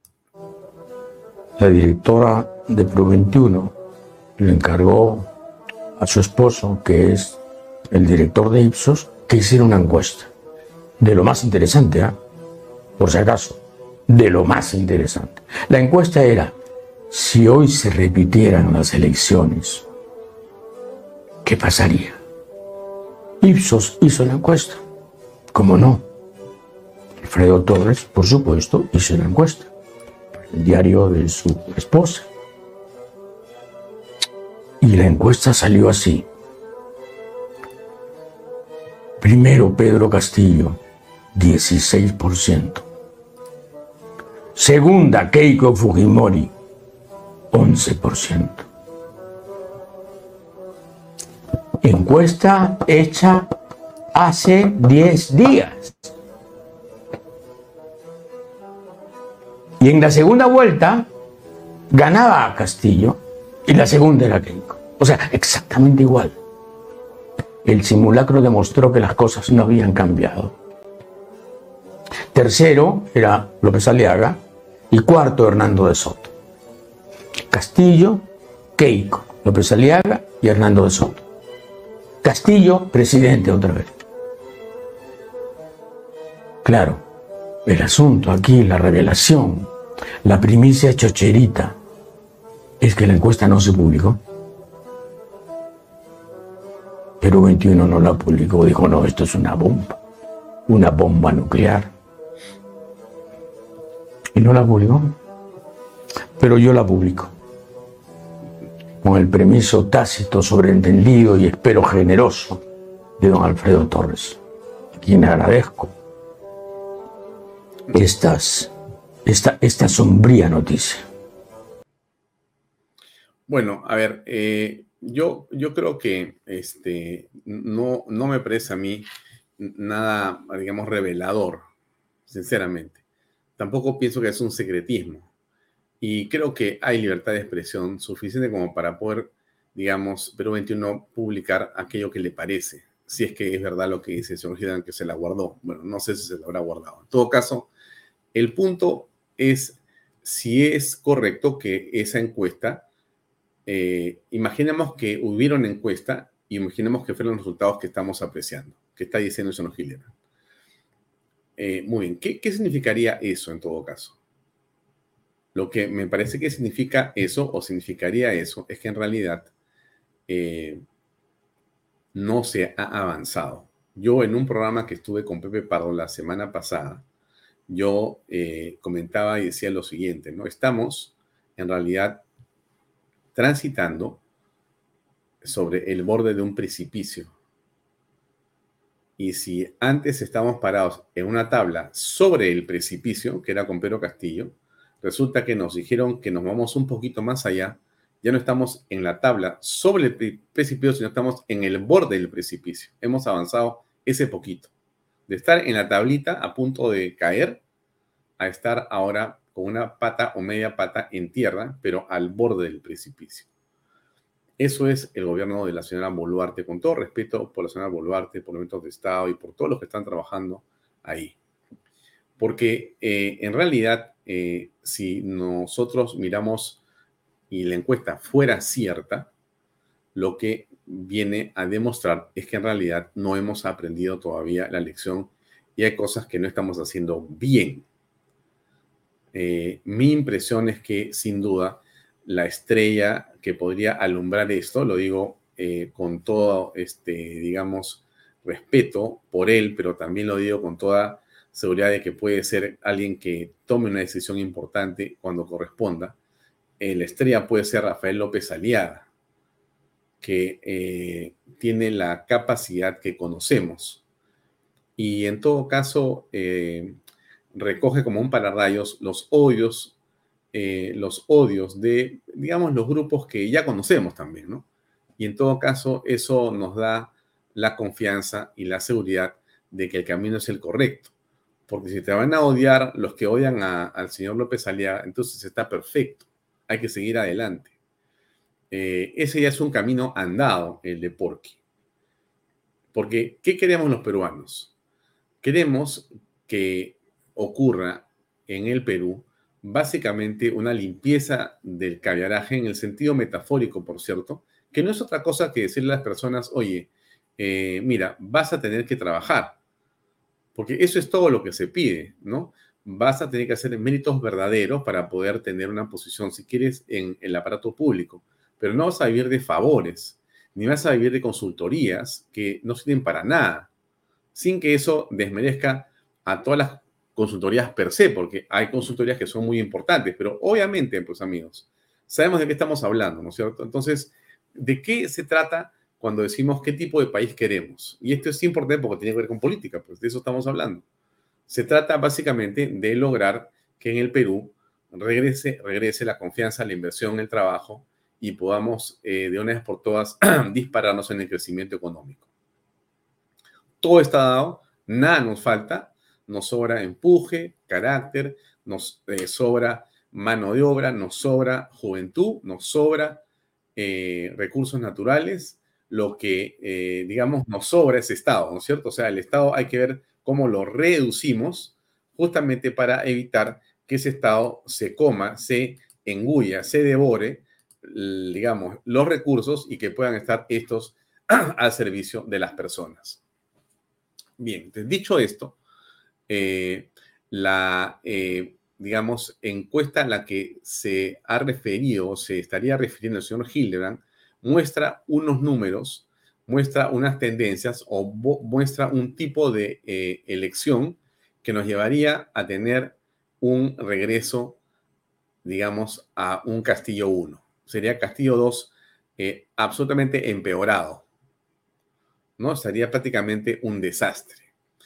I: la directora de Pro 21, le encargó a su esposo, que es el director de Ipsos, que hiciera una encuesta. De lo más interesante, por si acaso, de lo más interesante. La encuesta era, si hoy se repitieran las elecciones, ¿qué pasaría? Ipsos hizo la encuesta. ¿Cómo no? Alfredo Torres, por supuesto, hizo la encuesta. El diario de su esposa. Y la encuesta salió así. Primero Pedro Castillo, 16%. Segunda Keiko Fujimori, 11%. Encuesta hecha hace 10 días. Y en la segunda vuelta ganaba a Castillo y la segunda era Keiko. O sea, exactamente igual. El simulacro demostró que las cosas no habían cambiado. Tercero era López Aliaga y cuarto Hernando de Soto. Castillo, Keiko, López Aliaga y Hernando de Soto. Castillo, presidente otra vez. Claro, el asunto aquí, la revelación, la primicia chocherita, es que la encuesta no se publicó. Pero 21 no la publicó, dijo, no, esto es una bomba nuclear. Y no la publicó. Pero yo la publico. Con el permiso tácito, sobreentendido y espero generoso de don Alfredo Torres, a quien agradezco esta sombría noticia.
D: Bueno, a ver, yo creo que no me parece a mí nada, digamos, revelador, sinceramente. Tampoco pienso que es un secretismo. Y creo que hay libertad de expresión suficiente como para poder, digamos, Perú 21 publicar aquello que le parece. Si es que es verdad lo que dice el señor Gildan, que se la guardó. Bueno, no sé si se la habrá guardado. En todo caso, el punto es si es correcto que esa encuesta, imaginemos que hubiera una encuesta y imaginemos que fueron los resultados que estamos apreciando, que está diciendo el señor Gildan. Muy bien, ¿qué significaría eso en todo caso? Lo que me parece que significa eso, o significaría eso, es que en realidad no se ha avanzado. Yo en un programa que estuve con Pepe Pardo la semana pasada, yo comentaba y decía lo siguiente, ¿no? Estamos en realidad transitando sobre el borde de un precipicio. Y si antes estábamos parados en una tabla sobre el precipicio, que era con Pedro Castillo, resulta que nos dijeron que nos vamos un poquito más allá. Ya no estamos en la tabla sobre el precipicio, sino estamos en el borde del precipicio. Hemos avanzado ese poquito. De estar en la tablita a punto de caer, a estar ahora con una pata o media pata en tierra, pero al borde del precipicio. Eso es el gobierno de la señora Boluarte, con todo respeto por la señora Boluarte, por los ministros de Estado y por todos los que están trabajando ahí. Porque en realidad, si nosotros miramos y la encuesta fuera cierta, lo que viene a demostrar es que en realidad no hemos aprendido todavía la lección y hay cosas que no estamos haciendo bien. Mi impresión es que, sin duda, la estrella que podría alumbrar esto, lo digo con todo, digamos, respeto por él, pero también lo digo con toda seguridad de que puede ser alguien que tome una decisión importante cuando corresponda. La estrella puede ser Rafael López Aliaga, que tiene la capacidad que conocemos. Y en todo caso, recoge como un pararrayos los odios de, digamos, los grupos que ya conocemos también, ¿no? Y en todo caso, eso nos da la confianza y la seguridad de que el camino es el correcto. Porque si te van a odiar los que odian al señor López Aliaga, entonces está perfecto. Hay que seguir adelante. Ese ya es un camino andado, el de Porqui. Porque, ¿qué queremos los peruanos? Queremos que ocurra en el Perú básicamente una limpieza del caviaraje en el sentido metafórico, por cierto, que no es otra cosa que decirle a las personas, oye, mira, vas a tener que trabajar, porque eso es todo lo que se pide, ¿no? Vas a tener que hacer méritos verdaderos para poder tener una posición, si quieres, en el aparato público, pero no vas a vivir de favores, ni vas a vivir de consultorías que no sirven para nada, sin que eso desmerezca a todas las consultorías per se, porque hay consultorías que son muy importantes, pero obviamente, pues amigos, sabemos de qué estamos hablando, ¿no es cierto? Entonces, ¿de qué se trata cuando decimos qué tipo de país queremos? Y esto es importante porque tiene que ver con política, pues de eso estamos hablando. Se trata básicamente de lograr que en el Perú regrese la confianza, la inversión, el trabajo y podamos de una vez por todas dispararnos en el crecimiento económico. Todo está dado, nada nos falta, nos sobra empuje, carácter, nos sobra mano de obra, nos sobra juventud, nos sobra recursos naturales. Lo que, digamos, nos sobra es Estado, ¿no es cierto? O sea, el Estado hay que ver cómo lo reducimos justamente para evitar que ese Estado se coma, se engulla, se devore, digamos, los recursos y que puedan estar estos al servicio de las personas. Bien, dicho esto, digamos, encuesta a la que se ha referido o se estaría refiriendo el señor Hildebrand muestra unos números, muestra unas tendencias o muestra un tipo de elección que nos llevaría a tener un regreso, digamos, a un Castillo 1. Sería Castillo 2 absolutamente empeorado, ¿no? Sería prácticamente un desastre.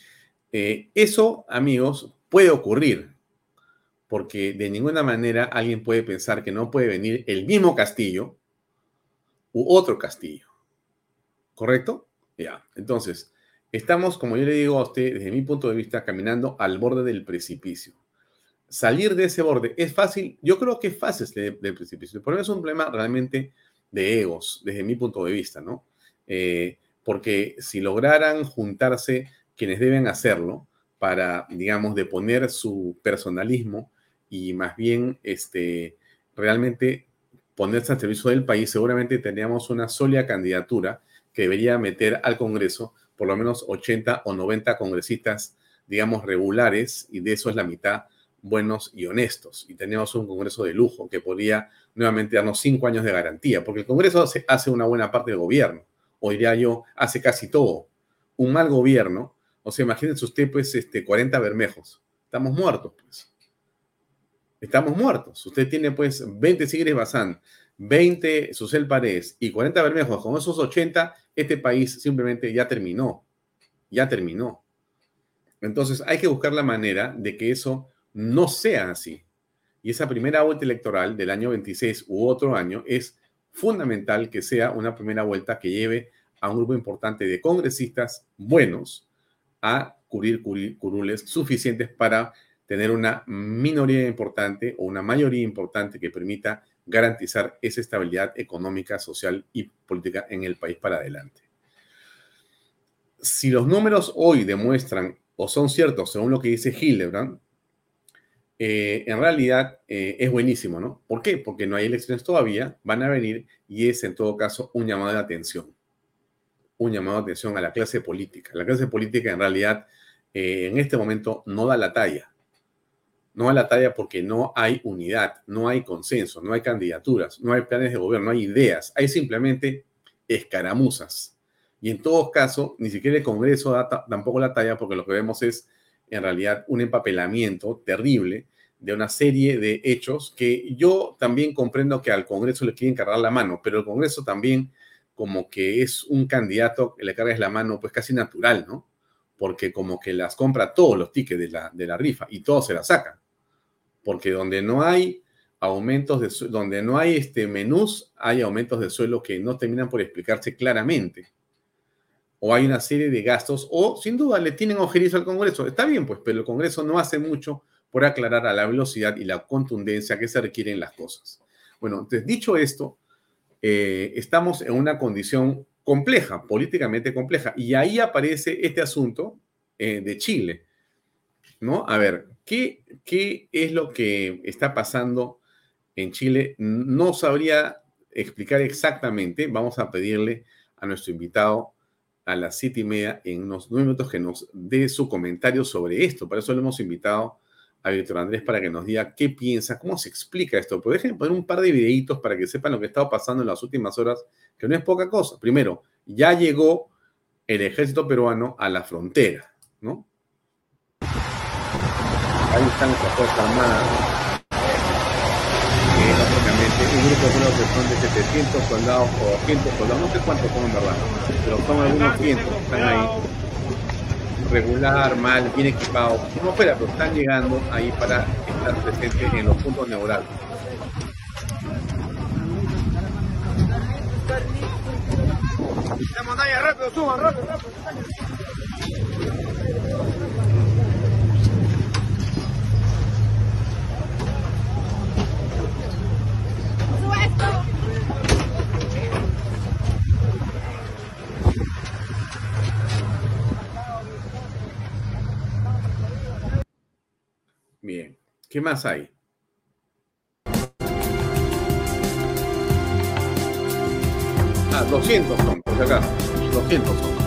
D: Eso, amigos, puede ocurrir, porque de ninguna manera alguien puede pensar que no puede venir el mismo Castillo u otro Castillo. ¿Correcto? Ya, entonces, estamos, como yo le digo a usted, desde mi punto de vista, caminando al borde del precipicio. Salir de ese borde es fácil, yo creo que es fácil del precipicio, pero es un problema realmente de egos, desde mi punto de vista, ¿no? Porque si lograran juntarse quienes deben hacerlo para, digamos, deponer su personalismo y más bien realmente ponerse al servicio del país, seguramente tendríamos una sólida candidatura que debería meter al Congreso por lo menos 80 o 90 congresistas, digamos, regulares, y de eso es la mitad buenos y honestos. Y tenemos un Congreso de lujo que podría nuevamente darnos 5 años de garantía, porque el Congreso hace una buena parte del gobierno, o diría yo, hace casi todo. Un mal gobierno, o sea, imagínense usted, pues, 40 Bermejos. Estamos muertos, pues. Estamos muertos. Usted tiene, pues, 20 Sigres Bazán, 20 Susel Paredes y 40 Bermejos. Con esos 80, este país simplemente ya terminó. Ya terminó. Entonces, hay que buscar la manera de que eso no sea así. Y esa primera vuelta electoral del año 26 u otro año es fundamental que sea una primera vuelta que lleve a un grupo importante de congresistas buenos a cubrir curules suficientes para tener una minoría importante o una mayoría importante que permita garantizar esa estabilidad económica, social y política en el país para adelante. Si los números hoy demuestran o son ciertos según lo que dice Hildebrand, en realidad es buenísimo, ¿no? ¿Por qué? Porque no hay elecciones todavía, van a venir y es en todo caso un llamado de atención. Un llamado de atención a la clase política. La clase política en realidad en este momento no da la talla. No da la talla porque no hay unidad, no hay consenso, no hay candidaturas, no hay planes de gobierno, no hay ideas. Hay simplemente escaramuzas. Y en todo caso, ni siquiera el Congreso da tampoco la talla porque lo que vemos es en realidad un empapelamiento terrible de una serie de hechos que yo también comprendo que al Congreso le quieren cargar la mano, pero el Congreso también como que es un candidato que le cargas la mano pues casi natural, ¿no? Porque como que las compra todos los tickets de la rifa y todos se la sacan. Porque donde no hay aumentos donde no hay menús, hay aumentos de sueldo que no terminan por explicarse claramente. o hay una serie de gastos, o sin duda le tienen ojerizo al Congreso. Está bien, pues, pero el Congreso no hace mucho por aclarar a la velocidad y la contundencia que se requieren las cosas. Bueno, entonces, dicho esto, estamos en una condición compleja, políticamente compleja, y ahí aparece este asunto de Chile, ¿no? A ver, ¿qué es lo que está pasando en Chile? No sabría explicar exactamente. Vamos a pedirle a nuestro invitado a las 7:30 en unos 9 minutos que nos dé su comentario sobre esto. Para eso le hemos invitado a Víctor Andrés para que nos diga qué piensa, cómo se explica esto. Pero déjenme poner un par de videitos para que sepan lo que ha estado pasando en las últimas horas, que no es poca cosa. Primero, ya llegó el ejército peruano a la frontera, ¿no? Ahí están nuestras Fuerzas Armadas. Básicamente, un grupo creo que son de 700 soldados o 200 soldados, no sé cuántos son en verdad, pero son algunos cientos que están ahí, regular, mal, bien equipados, no fuera, pero están llegando ahí para estar presentes en los puntos neurálgicos.
J: La montaña, rápido, suban, rápido, rápido.
D: Bien, ¿qué más hay? Ah, 200 son, por si acaso, 200 son.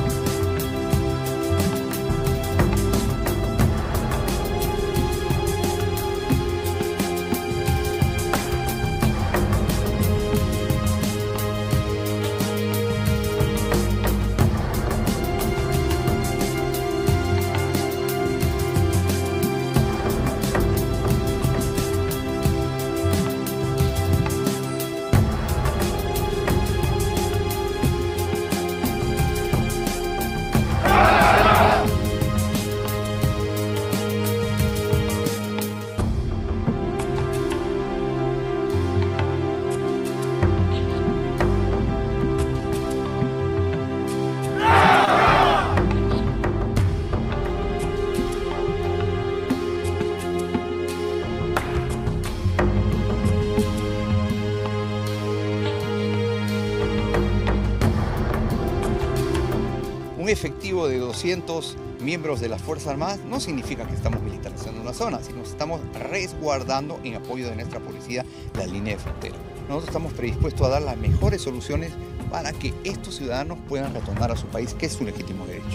K: Efectivo de 200 miembros de las Fuerzas Armadas no significa que estamos militarizando una zona, sino que estamos resguardando en apoyo de nuestra policía la línea de frontera. Nosotros estamos predispuestos a dar las mejores soluciones para que estos ciudadanos puedan retornar a su país, que es su legítimo derecho.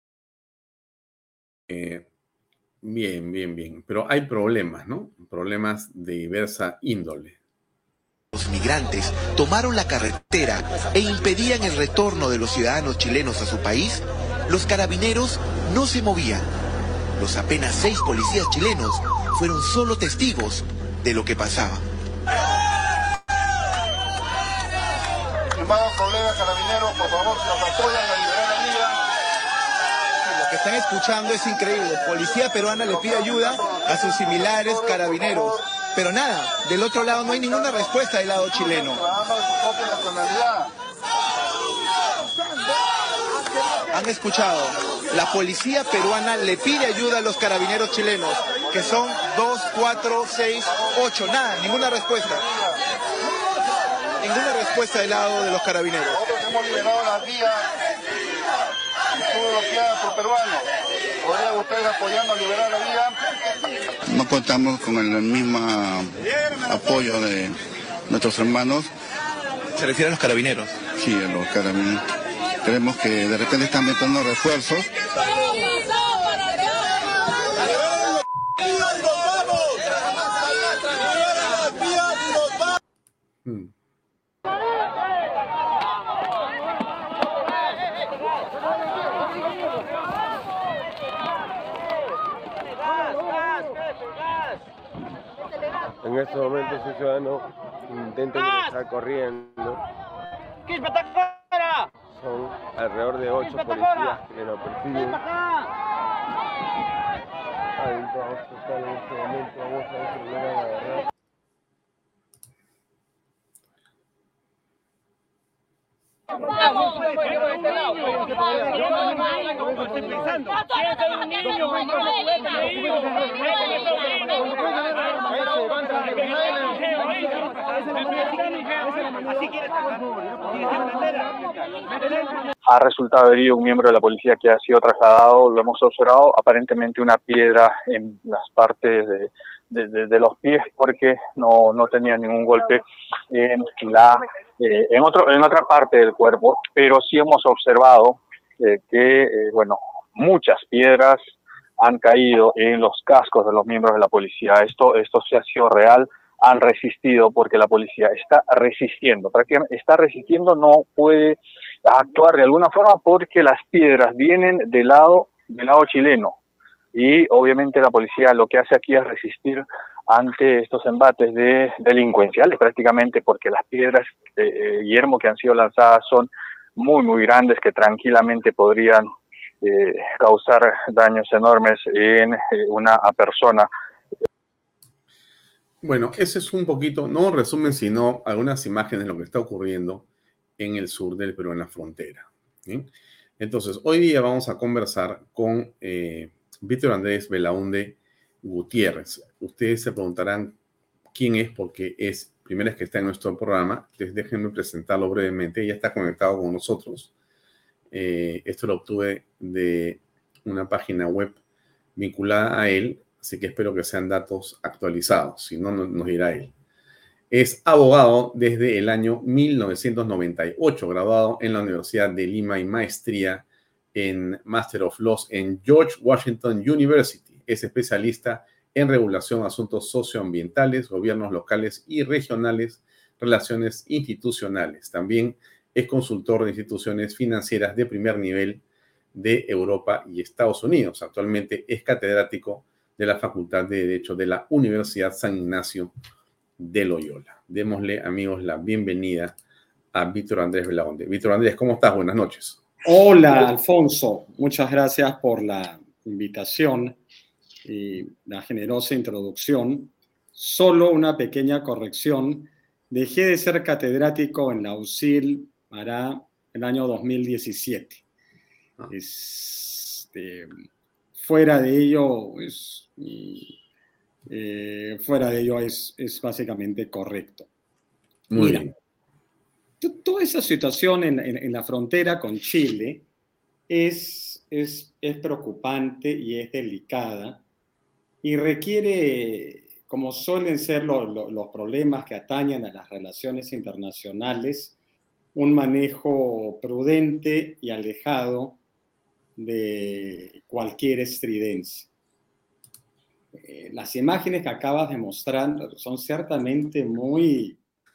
D: Bien. Pero hay problemas, ¿no? Problemas de diversa índole.
L: Los migrantes tomaron la carretera e impedían el retorno de los ciudadanos chilenos a su país, los carabineros no se movían. Los apenas 6 policías chilenos fueron solo testigos de lo que pasaba.
J: Estimados colegas carabineros, por favor, si nos apoyan a liberar la vida.
M: Lo que están escuchando es increíble. Policía peruana le pide ayuda a sus similares carabineros. Pero nada, del otro lado no hay ninguna respuesta del lado chileno. Han escuchado, la policía peruana le pide ayuda a los carabineros chilenos, que son 2, 4, 6, 8, nada, ninguna respuesta. Ninguna respuesta del lado de los carabineros.
J: Nosotros hemos liberado las vías y estuvo bloqueada por peruanos. ¿Podrían ustedes apoyando a liberar la vía?
N: No contamos con el mismo apoyo de nuestros hermanos.
M: ¿Se refiere a los carabineros?
N: Sí, a los carabineros. Creemos que de repente están metiendo refuerzos.
O: En estos momentos un ciudadano intenta ingresar corriendo. Son alrededor de 8 policías que lo persiguen. Ahí vamos a estar en este momento, vamos a ver si logran agarrar.
P: Ha resultado herido un miembro de la policía que ha sido trasladado, lo hemos observado, aparentemente una piedra en las partes de los pies, porque no tenía ningún golpe en otra parte del cuerpo, pero sí hemos observado que muchas piedras han caído en los cascos de los miembros de la policía. Esto sí ha sido real. Han resistido porque la policía está resistiendo, prácticamente está resistiendo, no puede actuar de alguna forma porque las piedras vienen del lado chileno y obviamente la policía lo que hace aquí es resistir ante estos embates delincuenciales prácticamente, porque las piedras, Guillermo, que han sido lanzadas son muy muy grandes que tranquilamente podrían causar daños enormes en una persona.
D: Bueno, ese es un poquito, no un resumen, sino algunas imágenes de lo que está ocurriendo en el sur del Perú, en la frontera. ¿Sí? Entonces, hoy día vamos a conversar con Víctor Andrés Belaúnde Gutiérrez. Ustedes se preguntarán quién es, porque es primera vez que está en nuestro programa. Entonces, déjenme presentarlo brevemente. Ya está conectado con nosotros. Esto lo obtuve de una página web vinculada a él, así que espero que sean datos actualizados, si no, nos dirá él. Es abogado desde el año 1998, graduado en la Universidad de Lima y maestría en Master of Laws en George Washington University. Es especialista en regulación de asuntos socioambientales, gobiernos locales y regionales, relaciones institucionales. También es consultor de instituciones financieras de primer nivel de Europa y Estados Unidos. Actualmente es catedrático de la Facultad de Derecho de la Universidad San Ignacio de Loyola. Démosle, amigos, la bienvenida a Víctor Andrés Belaúnde. Víctor Andrés, ¿cómo estás? Buenas noches.
Q: Hola, Alfonso. Muchas gracias por la invitación y la generosa introducción. Solo una pequeña corrección. Dejé de ser catedrático en la USIL para el año 2017. Fuera de ello, es básicamente correcto.
D: Muy bien.
Q: Toda esa situación en la frontera con Chile es preocupante y es delicada y requiere, como suelen ser los problemas que atañen a las relaciones internacionales, un manejo prudente y alejado de cualquier estridencia. Las imágenes que acabas de mostrar son ciertamente muy...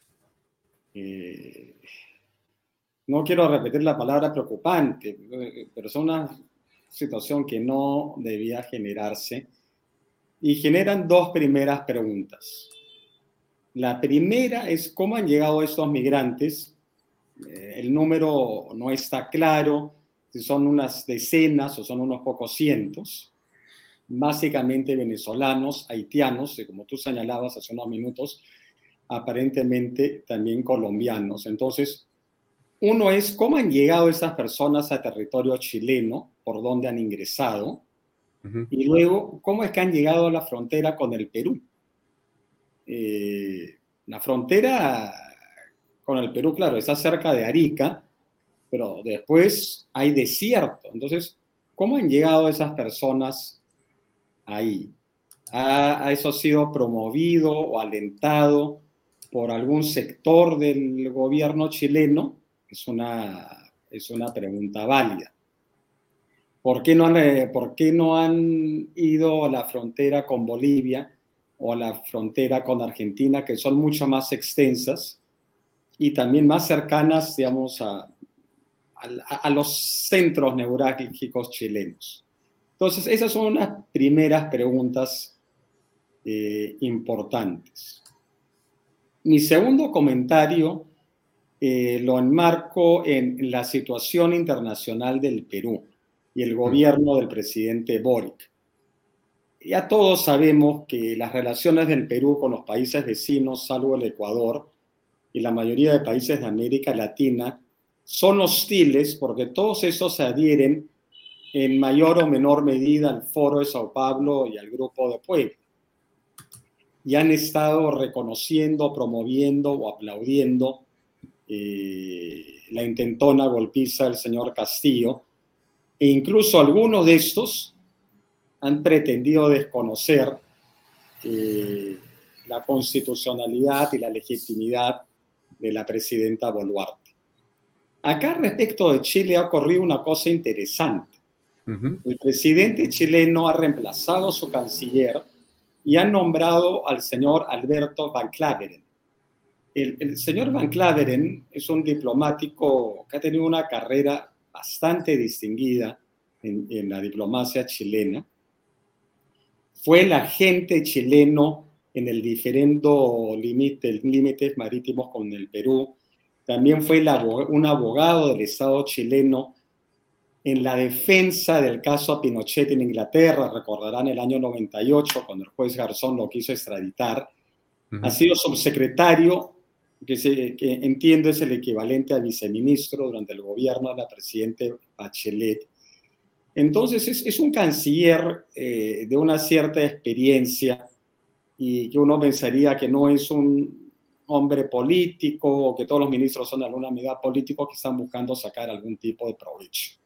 Q: no quiero repetir la palabra preocupante, pero son una situación que no debía generarse y generan dos primeras preguntas. La primera es cómo han llegado estos migrantes. El número no está claro, si son unas decenas o son unos pocos cientos, básicamente venezolanos, haitianos, y como tú señalabas hace unos minutos, aparentemente también colombianos. Entonces, uno es cómo han llegado estas personas a territorio chileno, por dónde han ingresado, y luego cómo es que han llegado a la frontera con el Perú. La frontera con el Perú, claro, está cerca de Arica, pero después hay desierto. Entonces, ¿cómo han llegado esas personas ahí? ¿Ha eso sido promovido o alentado por algún sector del gobierno chileno? Es una pregunta válida. ¿Por qué no han ido a la frontera con Bolivia o a la frontera con Argentina, que son mucho más extensas y también más cercanas, digamos, a los centros neurálgicos chilenos? Entonces, esas son unas primeras preguntas importantes. Mi segundo comentario lo enmarco en la situación internacional del Perú y el gobierno del presidente Boric. Ya todos sabemos que las relaciones del Perú con los países vecinos, salvo el Ecuador, y la mayoría de países de América Latina, son hostiles porque todos esos se adhieren en mayor o menor medida al Foro de Sao Paulo y al Grupo de Puebla. Y han estado reconociendo, promoviendo o aplaudiendo la intentona golpiza del señor Castillo, e incluso algunos de estos han pretendido desconocer la constitucionalidad y la legitimidad de la presidenta Boluarte. Acá respecto de Chile ha ocurrido una cosa interesante. El presidente chileno ha reemplazado a su canciller y ha nombrado al señor Alberto Van Klaveren. El señor Van Klaveren es un diplomático que ha tenido una carrera bastante distinguida en la diplomacia chilena. Fue el agente chileno en el diferendo límites marítimos con el Perú. También fue un abogado del Estado chileno en la defensa del caso Pinochet en Inglaterra. Recordarán el año 98, cuando el juez Garzón lo quiso extraditar. Ha sido subsecretario, que entiendo es el equivalente a viceministro durante el gobierno de la presidenta Bachelet. Entonces es un canciller de una cierta experiencia y que uno pensaría que no es un hombre político o que todos los ministros son de alguna medida políticos que están buscando sacar algún tipo de provecho.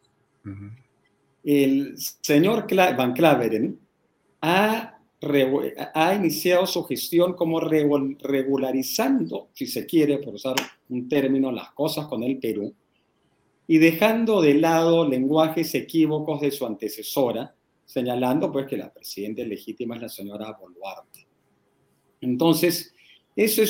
Q: El señor Van Klaveren ha iniciado su gestión como regularizando, si se quiere, por usar un término, las cosas con el Perú y dejando de lado lenguajes equívocos de su antecesora, señalando pues que la presidenta legítima es la señora Boluarte. Entonces, esto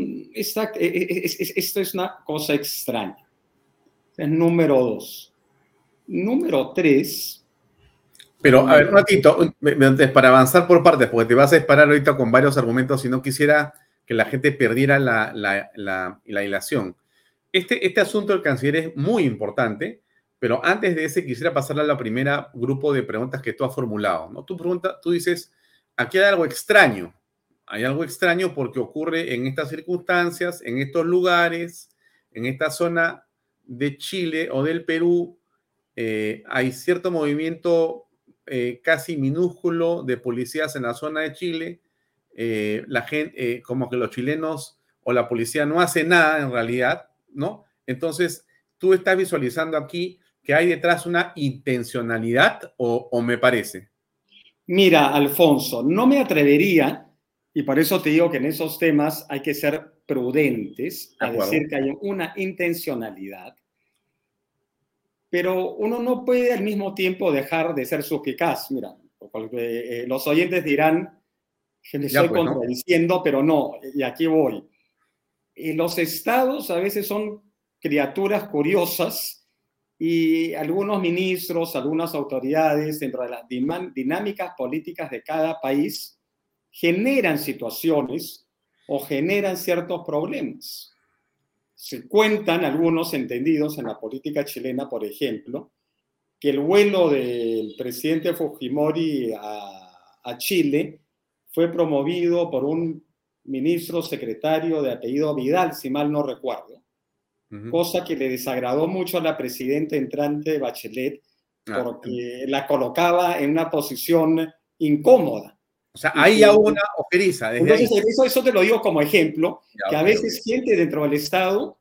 Q: es una cosa extraña. Es número 2. Número 3.
D: Pero, a ver, un ratito, para avanzar por partes, porque te vas a disparar ahorita con varios argumentos y no quisiera que la gente perdiera la hilación. Este asunto del canciller es muy importante, pero antes de ese quisiera pasarle a la primera grupo de preguntas que tú has formulado, ¿no? Tú dices, aquí hay algo extraño. Hay algo extraño porque ocurre en estas circunstancias, en estos lugares, en esta zona de Chile o del Perú. Hay cierto movimiento casi minúsculo de policías en la zona de Chile. La gente, como que los chilenos o la policía no hace nada en realidad, ¿no? Entonces, tú estás visualizando aquí que hay detrás una intencionalidad o me parece.
Q: Mira, Alfonso, no me atrevería, y por eso te digo que en esos temas hay que ser prudentes a decir que hay una intencionalidad, pero uno no puede al mismo tiempo dejar de ser suspicaz. Mira, porque, los oyentes dirán que me estoy contradiciendo, ¿no? Pero no, y aquí voy. Los estados a veces son criaturas curiosas y algunos ministros, algunas autoridades, dentro de las dinámicas políticas de cada país, generan situaciones o generan ciertos problemas. Se cuentan algunos entendidos en la política chilena, por ejemplo, que el vuelo del presidente Fujimori a Chile fue promovido por un ministro secretario de apellido Vidal, si mal no recuerdo, cosa que le desagradó mucho a la presidenta entrante Bachelet porque la colocaba en una posición incómoda.
D: O sea, ahí ya hubo una ojeriza.
Q: Entonces, eso te lo digo como ejemplo, que a veces gente dentro del Estado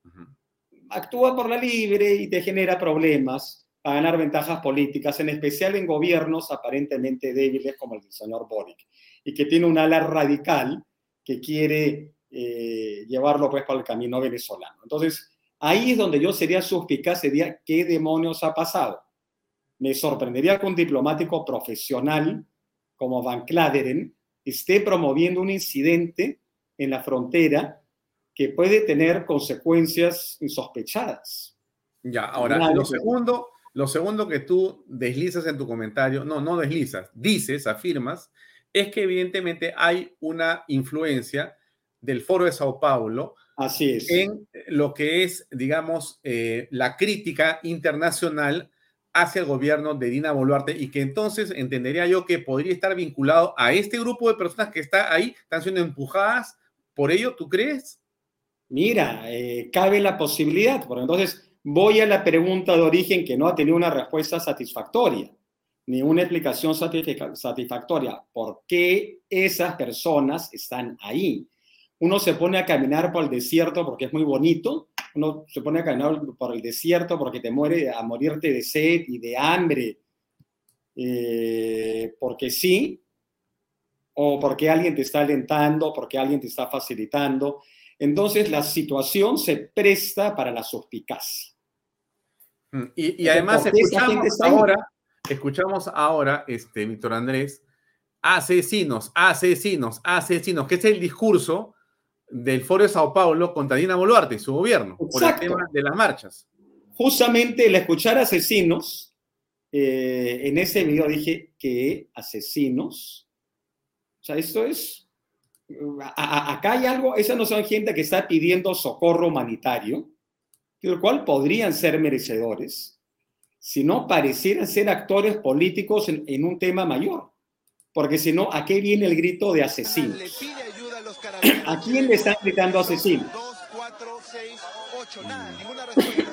Q: actúa por la libre y te genera problemas para ganar ventajas políticas, en especial en gobiernos aparentemente débiles como el del señor Boric, y que tiene un ala radical que quiere llevarlo pues para el camino venezolano. Entonces, ahí es donde yo sería suspicaz, sería ¿qué demonios ha pasado? Me sorprendería que un diplomático profesional como Van Klaveren esté promoviendo un incidente en la frontera que puede tener consecuencias insospechadas.
D: Ya, ahora, lo segundo que tú deslizas en tu comentario, no deslizas, dices, afirmas, es que evidentemente hay una influencia del Foro de Sao Paulo en lo que es, digamos, la crítica internacional hacia el gobierno de Dina Boluarte y que entonces entendería yo que podría estar vinculado a este grupo de personas que está ahí, están siendo empujadas por ello, ¿tú crees?
Q: Mira, cabe la posibilidad, porque entonces voy a la pregunta de origen que no ha tenido una respuesta satisfactoria, ni una explicación satisfactoria. ¿Por qué esas personas están ahí? Uno se pone a caminar por el desierto porque es muy bonito, uno se pone a caminar por el desierto porque te muere a morirte de sed y de hambre, porque sí, o porque alguien te está alentando, porque alguien te está facilitando. Entonces la situación se presta para la suspicacia.
D: Y además escuchamos ahora, Víctor Andrés, asesinos, que es el discurso del Foro de Sao Paulo contra Dina Boluarte y su gobierno, por el tema de las marchas.
Q: Justamente el escuchar asesinos, en ese video dije que asesinos, o sea, esto es, acá hay algo, esas no son gente que está pidiendo socorro humanitario, del cual podrían ser merecedores, sino parecieran ser actores políticos en un tema mayor. Porque si no, ¿a qué viene el grito de asesinos? ¿A quién le están gritando asesinos?
M: 2, 4, 6, 8, nada, ninguna respuesta.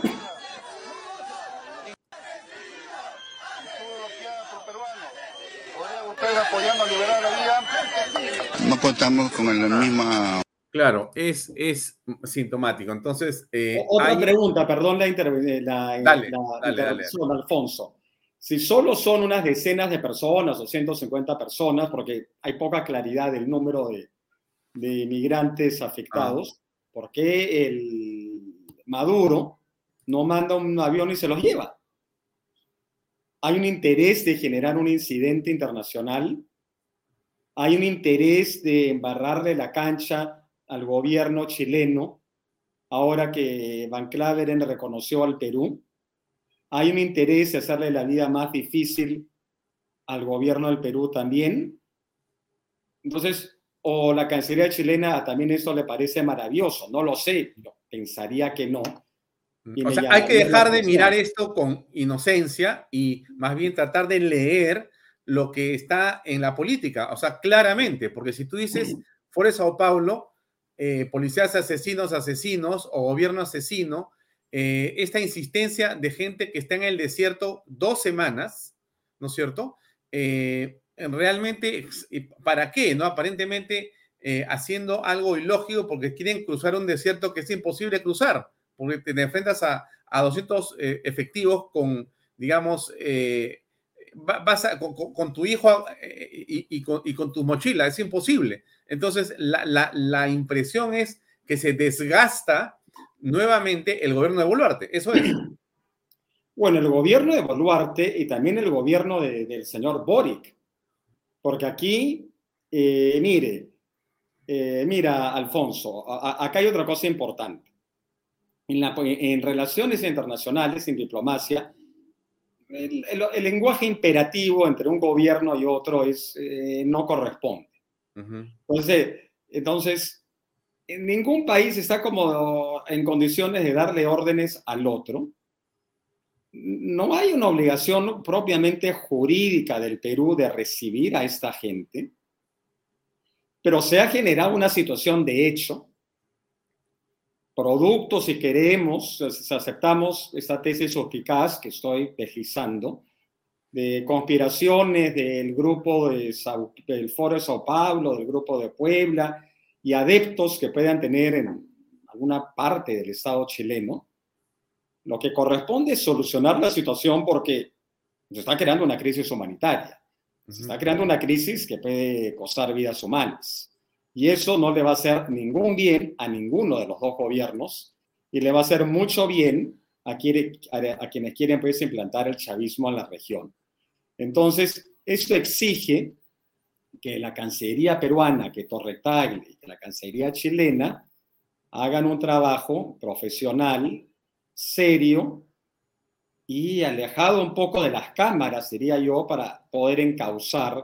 J: Ustedes apoyando a liberar la vía.
N: No contamos con la misma...
D: Claro, es sintomático. Entonces,
Q: otra pregunta, perdón la intervención, Alfonso. Si solo son unas decenas de personas o 150 personas, porque hay poca claridad del número de inmigrantes afectados, ¿por qué el Maduro no manda un avión y se los lleva? ¿Hay un interés de generar un incidente internacional? ¿Hay un interés de embarrarle la cancha al gobierno chileno ahora que Van Claveren reconoció al Perú? ¿Hay un interés de hacerle la vida más difícil al gobierno del Perú también? Entonces, o la Cancillería chilena también esto le parece maravilloso, no lo sé, yo pensaría que no.
D: O sea, hay que dejar de mirar esto con inocencia y más bien tratar de leer lo que está en la política, o sea, claramente, porque si tú dices, fuera de Sao Paulo, policías asesinos o gobierno asesino, esta insistencia de gente que está en el desierto 2 semanas, ¿no es cierto? Realmente, ¿para qué? ¿No? Aparentemente haciendo algo ilógico porque quieren cruzar un desierto que es imposible cruzar, porque te enfrentas a 200 efectivos con, digamos, con tu hijo y con tu mochila, es imposible. Entonces, la impresión es que se desgasta nuevamente el gobierno de Boluarte, eso es.
Q: Bueno, el gobierno de Boluarte y también el gobierno del señor Boric, porque aquí, mira, Alfonso, acá hay otra cosa importante. En relaciones internacionales, en diplomacia, el lenguaje imperativo entre un gobierno y otro no corresponde. Entonces, ningún país está como en condiciones de darle órdenes al otro. No hay una obligación propiamente jurídica del Perú de recibir a esta gente, pero se ha generado una situación de hecho, producto, si queremos, si aceptamos esta tesis suspicaz que estoy deslizando, de conspiraciones del grupo del Foro de Sao Paulo, del grupo de Puebla y adeptos que puedan tener en alguna parte del Estado chileno. Lo que corresponde es solucionar la situación porque se está creando una crisis humanitaria. Se está creando una crisis que puede costar vidas humanas. Y eso no le va a hacer ningún bien a ninguno de los dos gobiernos y le va a hacer mucho bien a quienes quieren pues, implantar el chavismo en la región. Entonces, esto exige que la Cancillería peruana, que Torre-Tagle y que la Cancillería chilena hagan un trabajo profesional, serio y alejado un poco de las cámaras, diría yo, para poder encauzar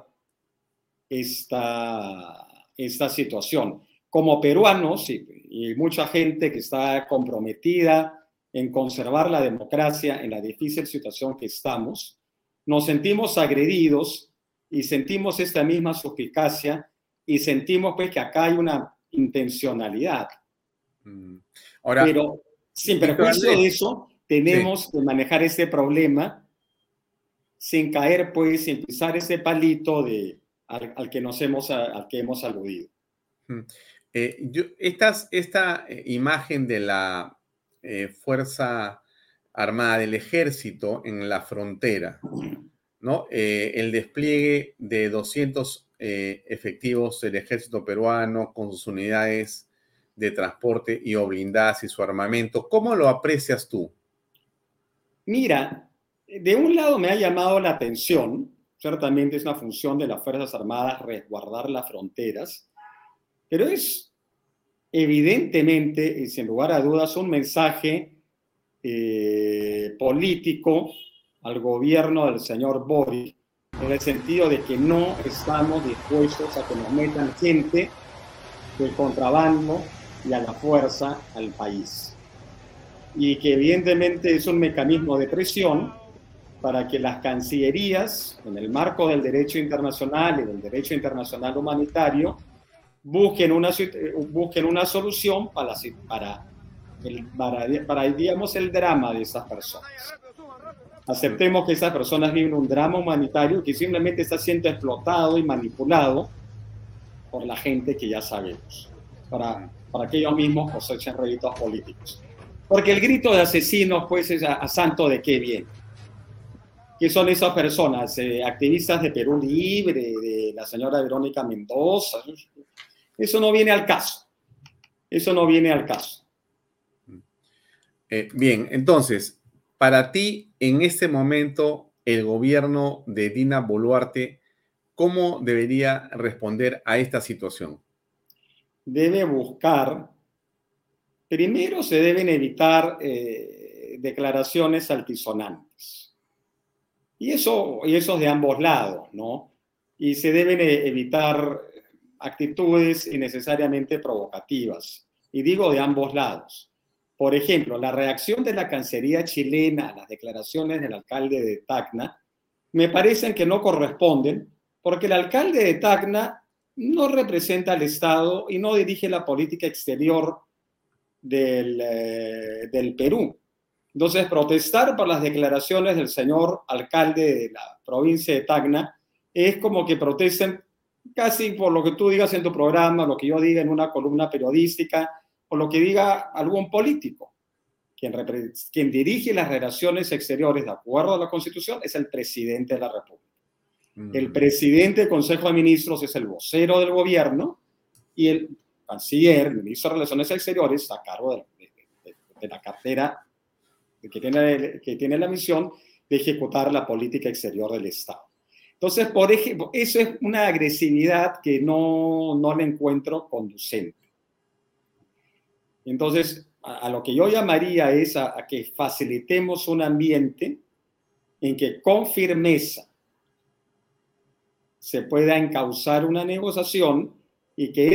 Q: esta situación. Como peruanos y mucha gente que está comprometida en conservar la democracia en la difícil situación que estamos, nos sentimos agredidos y sentimos esta misma suspicacia y sentimos pues que acá hay una intencionalidad. Ahora, pero sin perjuicio de eso, tenemos que manejar ese problema sin caer, pues, sin pisar ese palito al que hemos aludido.
D: Esta imagen de la Fuerza Armada del Ejército en la frontera, ¿no? El despliegue de 200 efectivos del ejército peruano con sus unidades de transporte y blindadas y su armamento, ¿cómo lo aprecias tú?
Q: Mira, de un lado me ha llamado la atención, ciertamente es una función de las Fuerzas Armadas resguardar las fronteras, pero es evidentemente y sin lugar a dudas un mensaje político al gobierno del señor Boric, en el sentido de que no estamos dispuestos a que nos metan gente de contrabando y a la fuerza al país. Y que evidentemente es un mecanismo de presión para que las cancillerías, en el marco del derecho internacional y del derecho internacional humanitario, busquen una solución para digamos, el drama de esas personas. Aceptemos que esas personas viven un drama humanitario que simplemente está siendo explotado y manipulado por la gente que ya sabemos, para que ellos mismos cosechen réditos políticos. Porque el grito de asesinos, pues, es a santo de qué viene. ¿Qué son esas personas? Activistas de Perú Libre, de la señora Verónica Mendoza. Eso no viene al caso. Eso no viene al caso.
D: Bien, entonces, para ti, en este momento, el gobierno de Dina Boluarte, ¿cómo debería responder a esta situación?
Q: Debe buscar, primero se deben evitar declaraciones altisonantes. Y eso es de ambos lados, ¿no? Y se deben evitar actitudes innecesariamente provocativas. Y digo de ambos lados. Por ejemplo, la reacción de la Cancillería chilena a las declaraciones del alcalde de Tacna me parecen que no corresponden, porque el alcalde de Tacna no representa al Estado y no dirige la política exterior del Perú. Entonces, protestar por las declaraciones del señor alcalde de la provincia de Tacna es como que protesten casi por lo que tú digas en tu programa, lo que yo diga en una columna periodística, o lo que diga algún político. Quien dirige las relaciones exteriores de acuerdo a la Constitución es el presidente de la República. El presidente del Consejo de Ministros es el vocero del gobierno y el canciller, el ministro de Relaciones Exteriores, está a cargo de la cartera que tiene la misión de ejecutar la política exterior del Estado. Entonces, por ejemplo, eso es una agresividad que no la encuentro conducente. Entonces, a lo que yo llamaría es a que facilitemos un ambiente en que con firmeza se pueda encauzar una negociación y que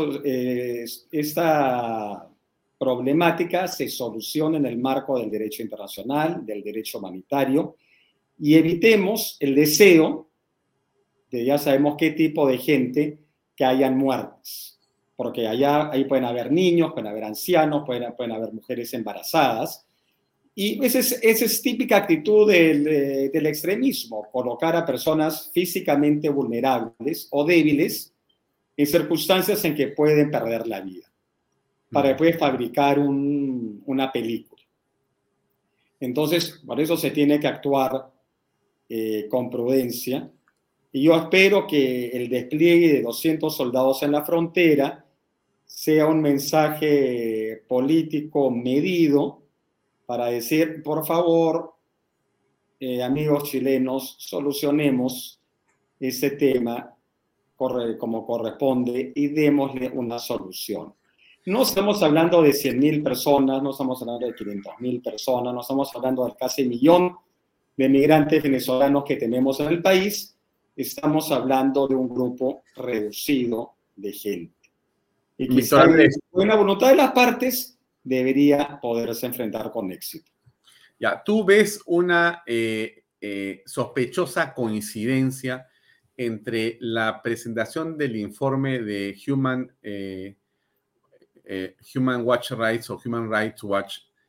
Q: esta problemática se solucione en el marco del derecho internacional, del derecho humanitario, y evitemos el deseo de ya sabemos qué tipo de gente que hayan muertes. Porque ahí pueden haber niños, pueden haber ancianos, pueden haber mujeres embarazadas. Y esa es típica actitud del extremismo, colocar a personas físicamente vulnerables o débiles en circunstancias en que pueden perder la vida, para después fabricar una película. Entonces, por eso se tiene que actuar con prudencia. Y yo espero que el despliegue de 200 soldados en la frontera sea un mensaje político medido para decir, por favor, amigos chilenos, solucionemos ese tema como corresponde y démosle una solución. No estamos hablando de 100.000 personas, no estamos hablando de 500.000 personas, no estamos hablando de casi 1 millón de migrantes venezolanos que tenemos en el país, estamos hablando de un grupo reducido de gente. Y quizá con buena voluntad de las partes debería poderse enfrentar con éxito.
D: Ya, ¿tú ves una sospechosa coincidencia entre la presentación del informe de Human Rights Watch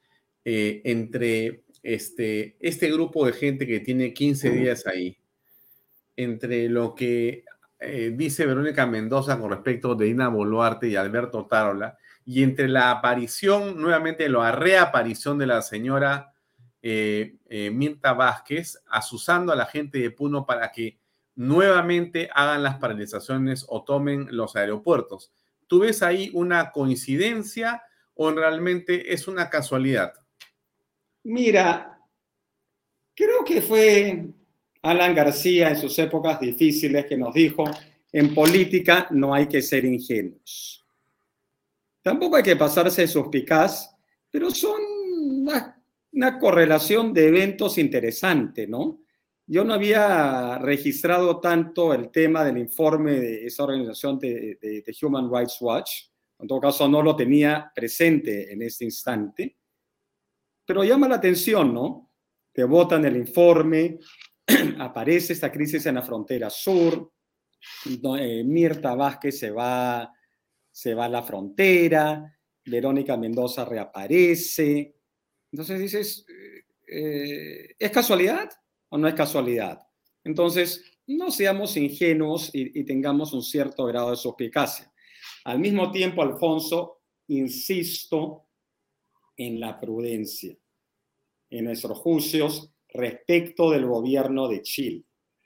D: entre este grupo de gente que tiene 15 días ahí, entre lo que dice Verónica Mendoza con respecto de Dina Boluarte y Alberto Otárola, y entre la aparición, nuevamente la reaparición de la señora Mirta Vázquez, asusando a la gente de Puno para que nuevamente hagan las paralizaciones o tomen los aeropuertos. ¿Tú ves ahí una coincidencia o realmente es una casualidad?
Q: Mira, creo que fue Alan García en sus épocas difíciles que nos dijo, en política no hay que ser ingenuos. Tampoco hay que pasarse de suspicaz, pero son una correlación de eventos interesante, ¿no? Yo no había registrado tanto el tema del informe de esa organización de Human Rights Watch. En todo caso, no lo tenía presente en este instante. Pero llama la atención, ¿no? Te botan el informe, aparece esta crisis en la frontera sur, Mirta Vázquez se va a la frontera, Verónica Mendoza reaparece. Entonces dices, ¿es casualidad o no es casualidad? Entonces, no seamos ingenuos y tengamos un cierto grado de suspicacia. Al mismo tiempo, Alfonso, insisto en la prudencia, en nuestros juicios respecto del gobierno de Chile.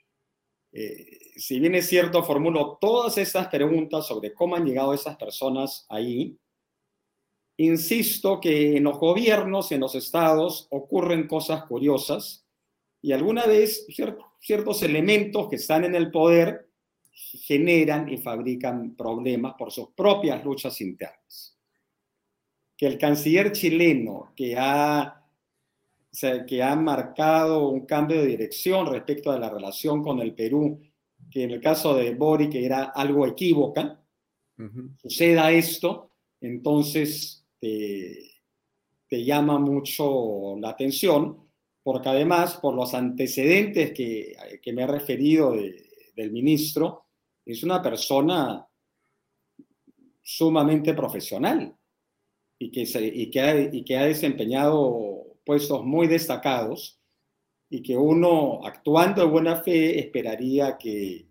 Q: Si bien es cierto, formulo todas estas preguntas sobre cómo han llegado esas personas ahí, insisto que en los gobiernos y en los estados ocurren cosas curiosas y alguna vez ciertos elementos que están en el poder generan y fabrican problemas por sus propias luchas internas. Que el canciller chileno que ha marcado un cambio de dirección respecto a la relación con el Perú, que en el caso de Boric era algo equívoca, suceda esto, entonces te llama mucho la atención, porque además, por los antecedentes que me he referido del ministro, es una persona sumamente profesional y que ha desempeñado puestos muy destacados y que uno, actuando de buena fe, esperaría que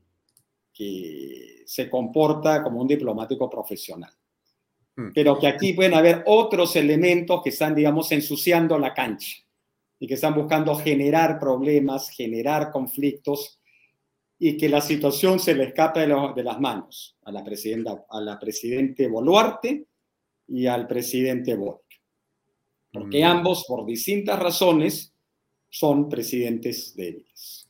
Q: se comporta como un diplomático profesional. Pero que aquí pueden haber otros elementos que están, digamos, ensuciando la cancha y que están buscando generar problemas, generar conflictos y que la situación se le escapa de las manos a la presidente Boluarte y al presidente Boric. Porque ambos, por distintas razones, son presidentes débiles.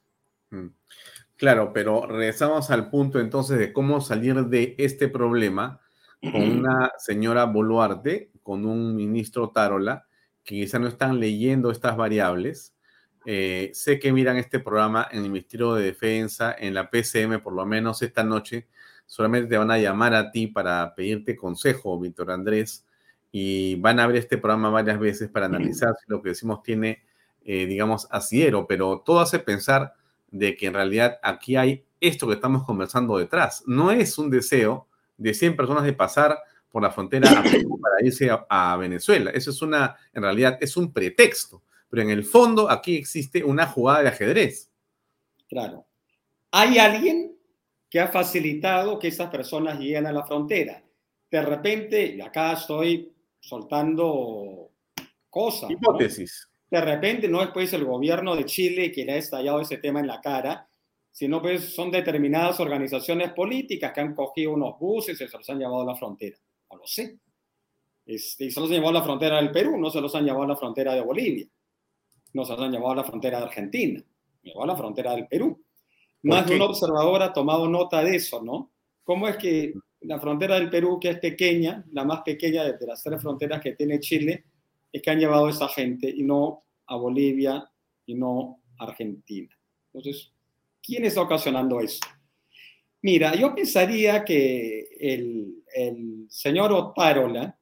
D: Claro, pero regresamos al punto entonces de cómo salir de este problema con una señora Boluarte, con un ministro Otárola, que quizá no están leyendo estas variables. Sé que miran este programa en el Ministerio de Defensa, en la PCM, por lo menos esta noche. Solamente te van a llamar a ti para pedirte consejo, Víctor Andrés, y van a ver este programa varias veces para analizar si lo que decimos tiene, digamos, asidero, pero todo hace pensar de que en realidad aquí hay esto que estamos conversando detrás. No es un deseo de 100 personas de pasar por la frontera para irse a Venezuela. Eso es en realidad es un pretexto, pero en el fondo aquí existe una jugada de ajedrez.
Q: Claro. Hay alguien que ha facilitado que esas personas lleguen a la frontera. De repente, y acá estoy soltando cosas,
D: hipótesis,
Q: ¿no? De repente no es pues el gobierno de Chile que le ha estallado ese tema en la cara, sino pues son determinadas organizaciones políticas que han cogido unos buses y se los han llevado a la frontera. No lo sé. Y se los han llevado a la frontera del Perú, no se los han llevado a la frontera de Bolivia, no se los han llevado a la frontera de Argentina, se llevado a la frontera del Perú. Más de un observador ha tomado nota de eso, ¿no? ¿Cómo es que la frontera del Perú, que es pequeña, la más pequeña de las 3 fronteras que tiene Chile, es que han llevado a esa gente y no a Bolivia y no a Argentina? Entonces, ¿quién está ocasionando eso? Mira, yo pensaría que el señor Otárola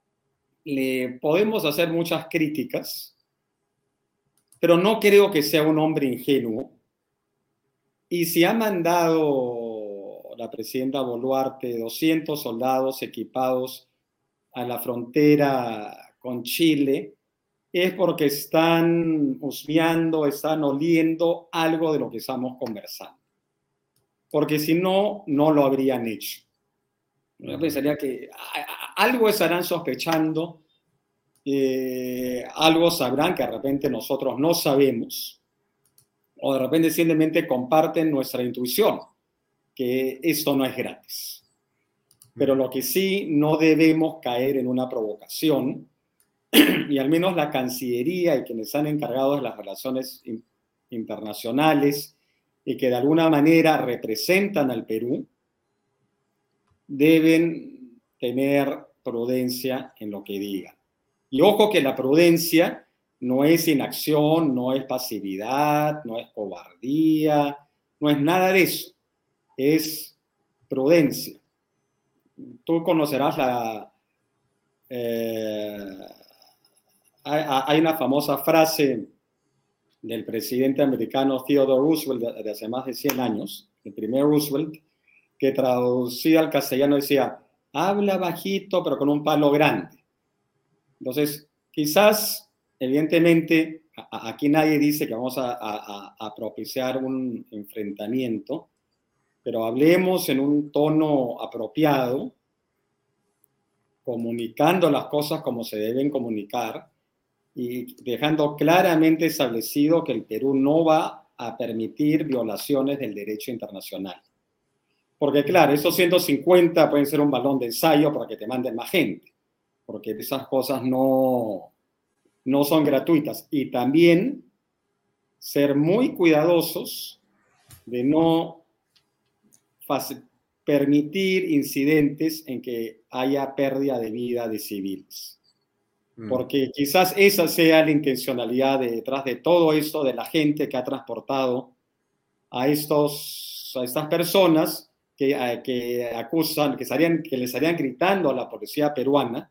Q: le podemos hacer muchas críticas, pero no creo que sea un hombre ingenuo. Y si ha mandado la presidenta Boluarte 200 soldados equipados a la frontera con Chile, es porque están husmeando, están oliendo algo de lo que estamos conversando. Porque si no, no lo habrían hecho. Yo pensaría que algo estarán sospechando, algo sabrán que de repente nosotros no sabemos, o de repente simplemente comparten nuestra intuición, que esto no es gratis. Pero lo que sí, no debemos caer en una provocación, y al menos la Cancillería y quienes han encargado de las relaciones internacionales y que de alguna manera representan al Perú, deben tener prudencia en lo que digan. Y ojo que la prudencia no es inacción, no es pasividad, no es cobardía, no es nada de eso. Es prudencia. Tú conocerás hay una famosa frase del presidente americano Theodore Roosevelt de hace más de 100 años, el primer Roosevelt, que traducida al castellano decía, habla bajito pero con un palo grande. Entonces, quizás, evidentemente, aquí nadie dice que vamos a propiciar un enfrentamiento, pero hablemos en un tono apropiado, comunicando las cosas como se deben comunicar y dejando claramente establecido que el Perú no va a permitir violaciones del derecho internacional. Porque claro, esos 150 pueden ser un balón de ensayo para que te manden más gente, porque esas cosas no son gratuitas. Y también ser muy cuidadosos de no permitir incidentes en que haya pérdida de vida de civiles. Porque quizás esa sea la intencionalidad detrás de todo esto de la gente que ha transportado a estas personas que acusan, que le estarían gritando a la policía peruana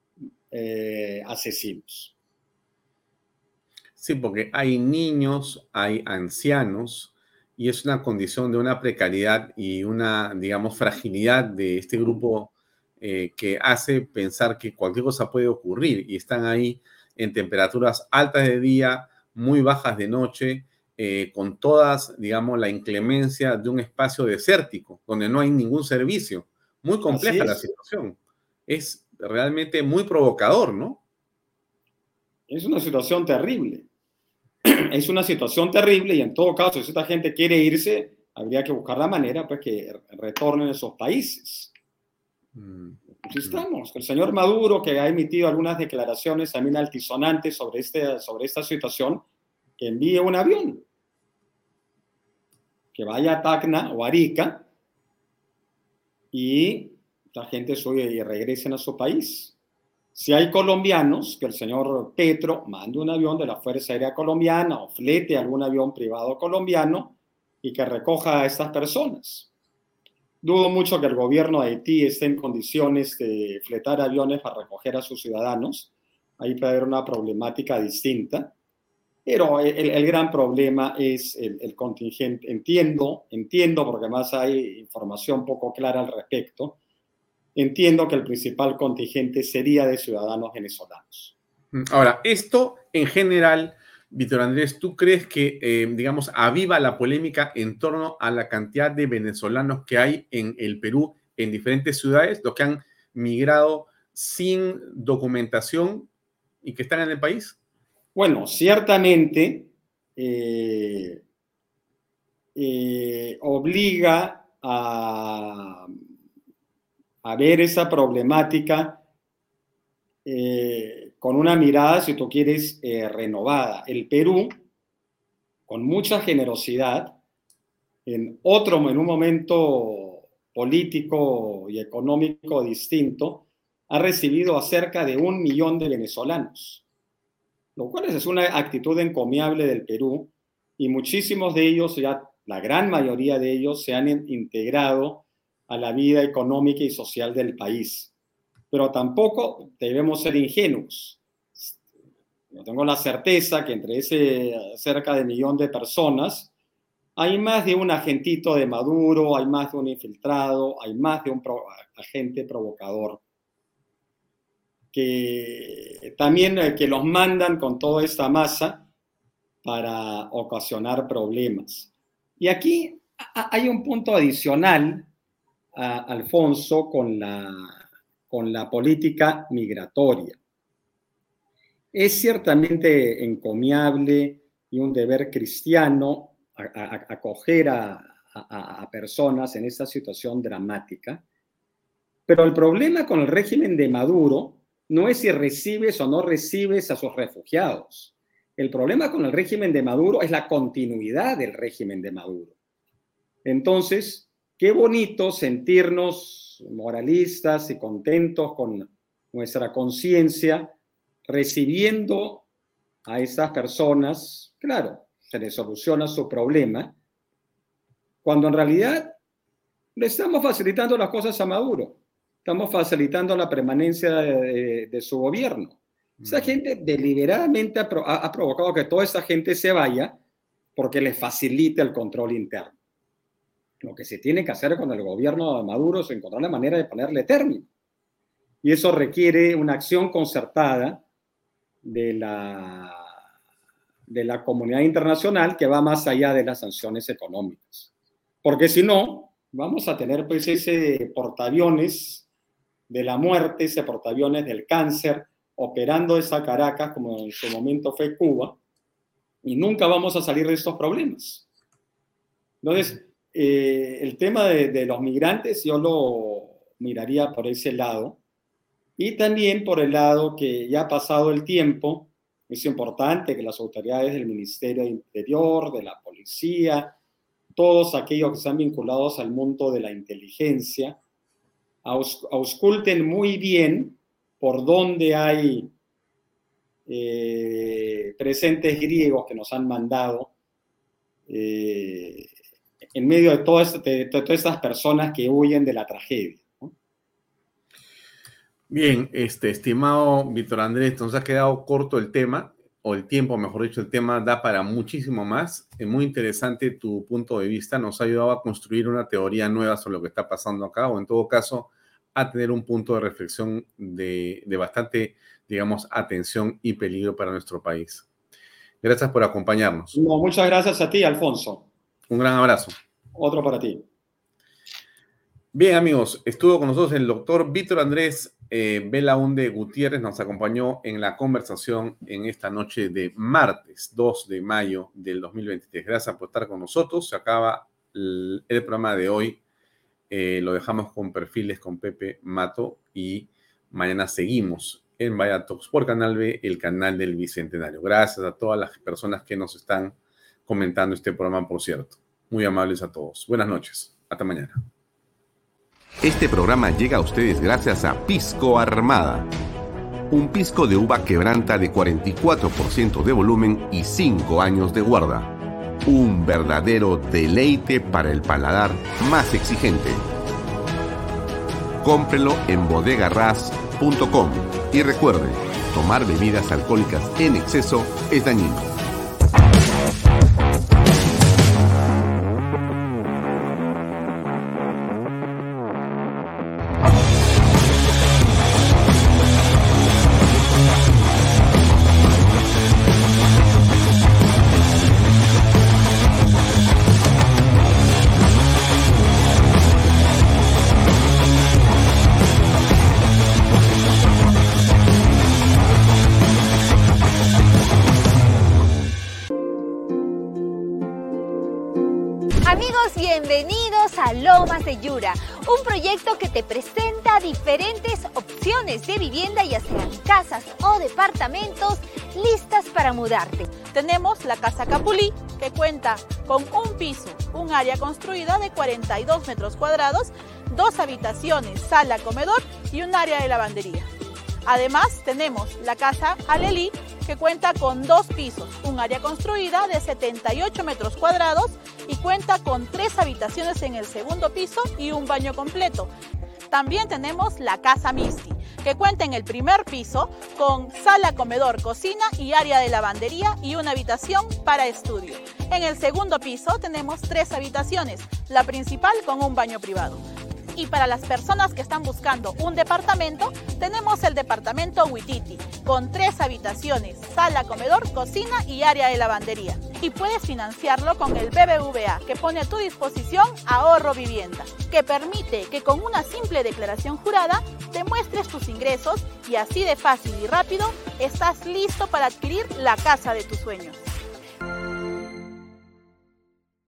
Q: asesinos.
D: Sí, porque hay niños, hay ancianos, y es una condición de una precariedad y una, digamos, fragilidad de este grupo que hace pensar que cualquier cosa puede ocurrir, y están ahí en temperaturas altas de día, muy bajas de noche, con todas, digamos, la inclemencia de un espacio desértico, donde no hay ningún servicio. Muy compleja la situación. Es realmente muy provocador, ¿no?
Q: Es una situación terrible. Es una situación terrible y en todo caso, si esta gente quiere irse, habría que buscar la manera pues, que retornen a esos países. Aquí estamos. El señor Maduro, que ha emitido algunas declaraciones también altisonantes sobre esta situación, que envíe un avión, que vaya a Tacna o Arica y la gente suba y regresen a su país. Si hay colombianos, que el señor Petro mande un avión de la Fuerza Aérea Colombiana o flete algún avión privado colombiano y que recoja a estas personas. Dudo mucho que el gobierno de Haití esté en condiciones de fletar aviones para recoger a sus ciudadanos. Ahí puede haber una problemática distinta. Pero el gran problema es el contingente. Entiendo, porque además hay información poco clara al respecto. Entiendo que el principal contingente sería de ciudadanos venezolanos.
D: Ahora, esto en general, Víctor Andrés, ¿tú crees que, digamos, aviva la polémica en torno a la cantidad de venezolanos que hay en el Perú, en diferentes ciudades, los que han migrado sin documentación y que están en el país?
Q: Bueno, ciertamente obliga a ver esa problemática con una mirada, si tú quieres, renovada. El Perú, con mucha generosidad, en un momento político y económico distinto, ha recibido a cerca de 1 millón de venezolanos, lo cual es una actitud encomiable del Perú, y muchísimos de ellos, ya la gran mayoría de ellos, se han integrado a la vida económica y social del país. Pero tampoco debemos ser ingenuos. Yo tengo la certeza que entre ese cerca de 1 millón de personas hay más de un agentito de Maduro, hay más de un infiltrado, hay más de un agente provocador que también que los mandan con toda esta masa para ocasionar problemas. Y aquí hay un punto adicional, Alfonso, con la política migratoria. Es ciertamente encomiable y un deber cristiano acoger a personas en esta situación dramática, pero el problema con el régimen de Maduro no es si recibes o no recibes a sus refugiados. El problema con el régimen de Maduro es la continuidad del régimen de Maduro. Entonces, qué bonito sentirnos moralistas y contentos con nuestra conciencia recibiendo a estas personas. Claro, se les soluciona su problema, cuando en realidad le estamos facilitando las cosas a Maduro. Estamos facilitando la permanencia de su gobierno. Esa gente deliberadamente ha provocado que toda esa gente se vaya porque les facilita el control interno. Lo que se tiene que hacer con el gobierno de Maduro es encontrar la manera de ponerle término. Y eso requiere una acción concertada de la comunidad internacional que va más allá de las sanciones económicas. Porque si no, vamos a tener pues ese portaaviones de la muerte, ese portaaviones del cáncer, operando esa Caracas como en su momento fue Cuba, y nunca vamos a salir de estos problemas. Entonces, el tema de los migrantes yo lo miraría por ese lado, y también por el lado que ya ha pasado el tiempo. Es importante que las autoridades del Ministerio de Interior, de la policía, todos aquellos que están vinculados al mundo de la inteligencia, ausculten muy bien por dónde hay presentes griegos que nos han mandado en medio de todas estas personas que huyen de la tragedia, ¿no?
D: Bien, estimado Víctor Andrés, nos ha quedado corto el tema, o el tiempo, mejor dicho, el tema da para muchísimo más. Es muy interesante tu punto de vista, nos ha ayudado a construir una teoría nueva sobre lo que está pasando acá, o en todo caso, a tener un punto de reflexión de bastante, digamos, atención y peligro para nuestro país. Gracias por acompañarnos.
Q: No, muchas gracias a ti, Alfonso.
D: Un gran abrazo.
Q: Otro para ti.
D: Bien, amigos, estuvo con nosotros el doctor Víctor Andrés Belaunde Gutiérrez, nos acompañó en la conversación en esta noche de martes 2 de mayo del 2023. Gracias por estar con nosotros. Se acaba el programa de hoy. Lo dejamos con Perfiles con Pepe Mato y mañana seguimos en Vaya Talks por Canal B, el canal del Bicentenario. Gracias a todas las personas que nos están comentando este programa, por cierto. Muy amables a todos. Buenas noches. Hasta mañana.
A: Este programa llega a ustedes gracias a Pisco Armada. Un pisco de uva quebranta de 44% de volumen y 5 años de guarda. Un verdadero deleite para el paladar más exigente. Cómprelo en bodegarras.com y recuerde, tomar bebidas alcohólicas en exceso es dañino.
B: Bienvenidos a Lomas de Yura, un proyecto que te presenta diferentes opciones de vivienda, ya sean casas o departamentos listas para mudarte.
C: Tenemos la Casa Capulí, que cuenta con un piso, un área construida de 42 metros cuadrados, 2 habitaciones, sala, comedor y un área de lavandería. Además, tenemos la Casa Alelí, que cuenta con 2 pisos, un área construida de 78 metros cuadrados y cuenta con 3 habitaciones en el segundo piso y un baño completo. También tenemos la Casa Misti, que cuenta en el primer piso con sala, comedor, cocina y área de lavandería y una habitación para estudio. En el segundo piso tenemos 3 habitaciones, la principal con un baño privado. Y para las personas que están buscando un departamento, tenemos el departamento Huititi, con 3 habitaciones, sala, comedor, cocina y área de lavandería. Y puedes financiarlo con el BBVA, que pone a tu disposición Ahorro Vivienda, que permite que con una simple declaración jurada te muestres tus ingresos y así de fácil y rápido estás listo para adquirir la casa de tus sueños.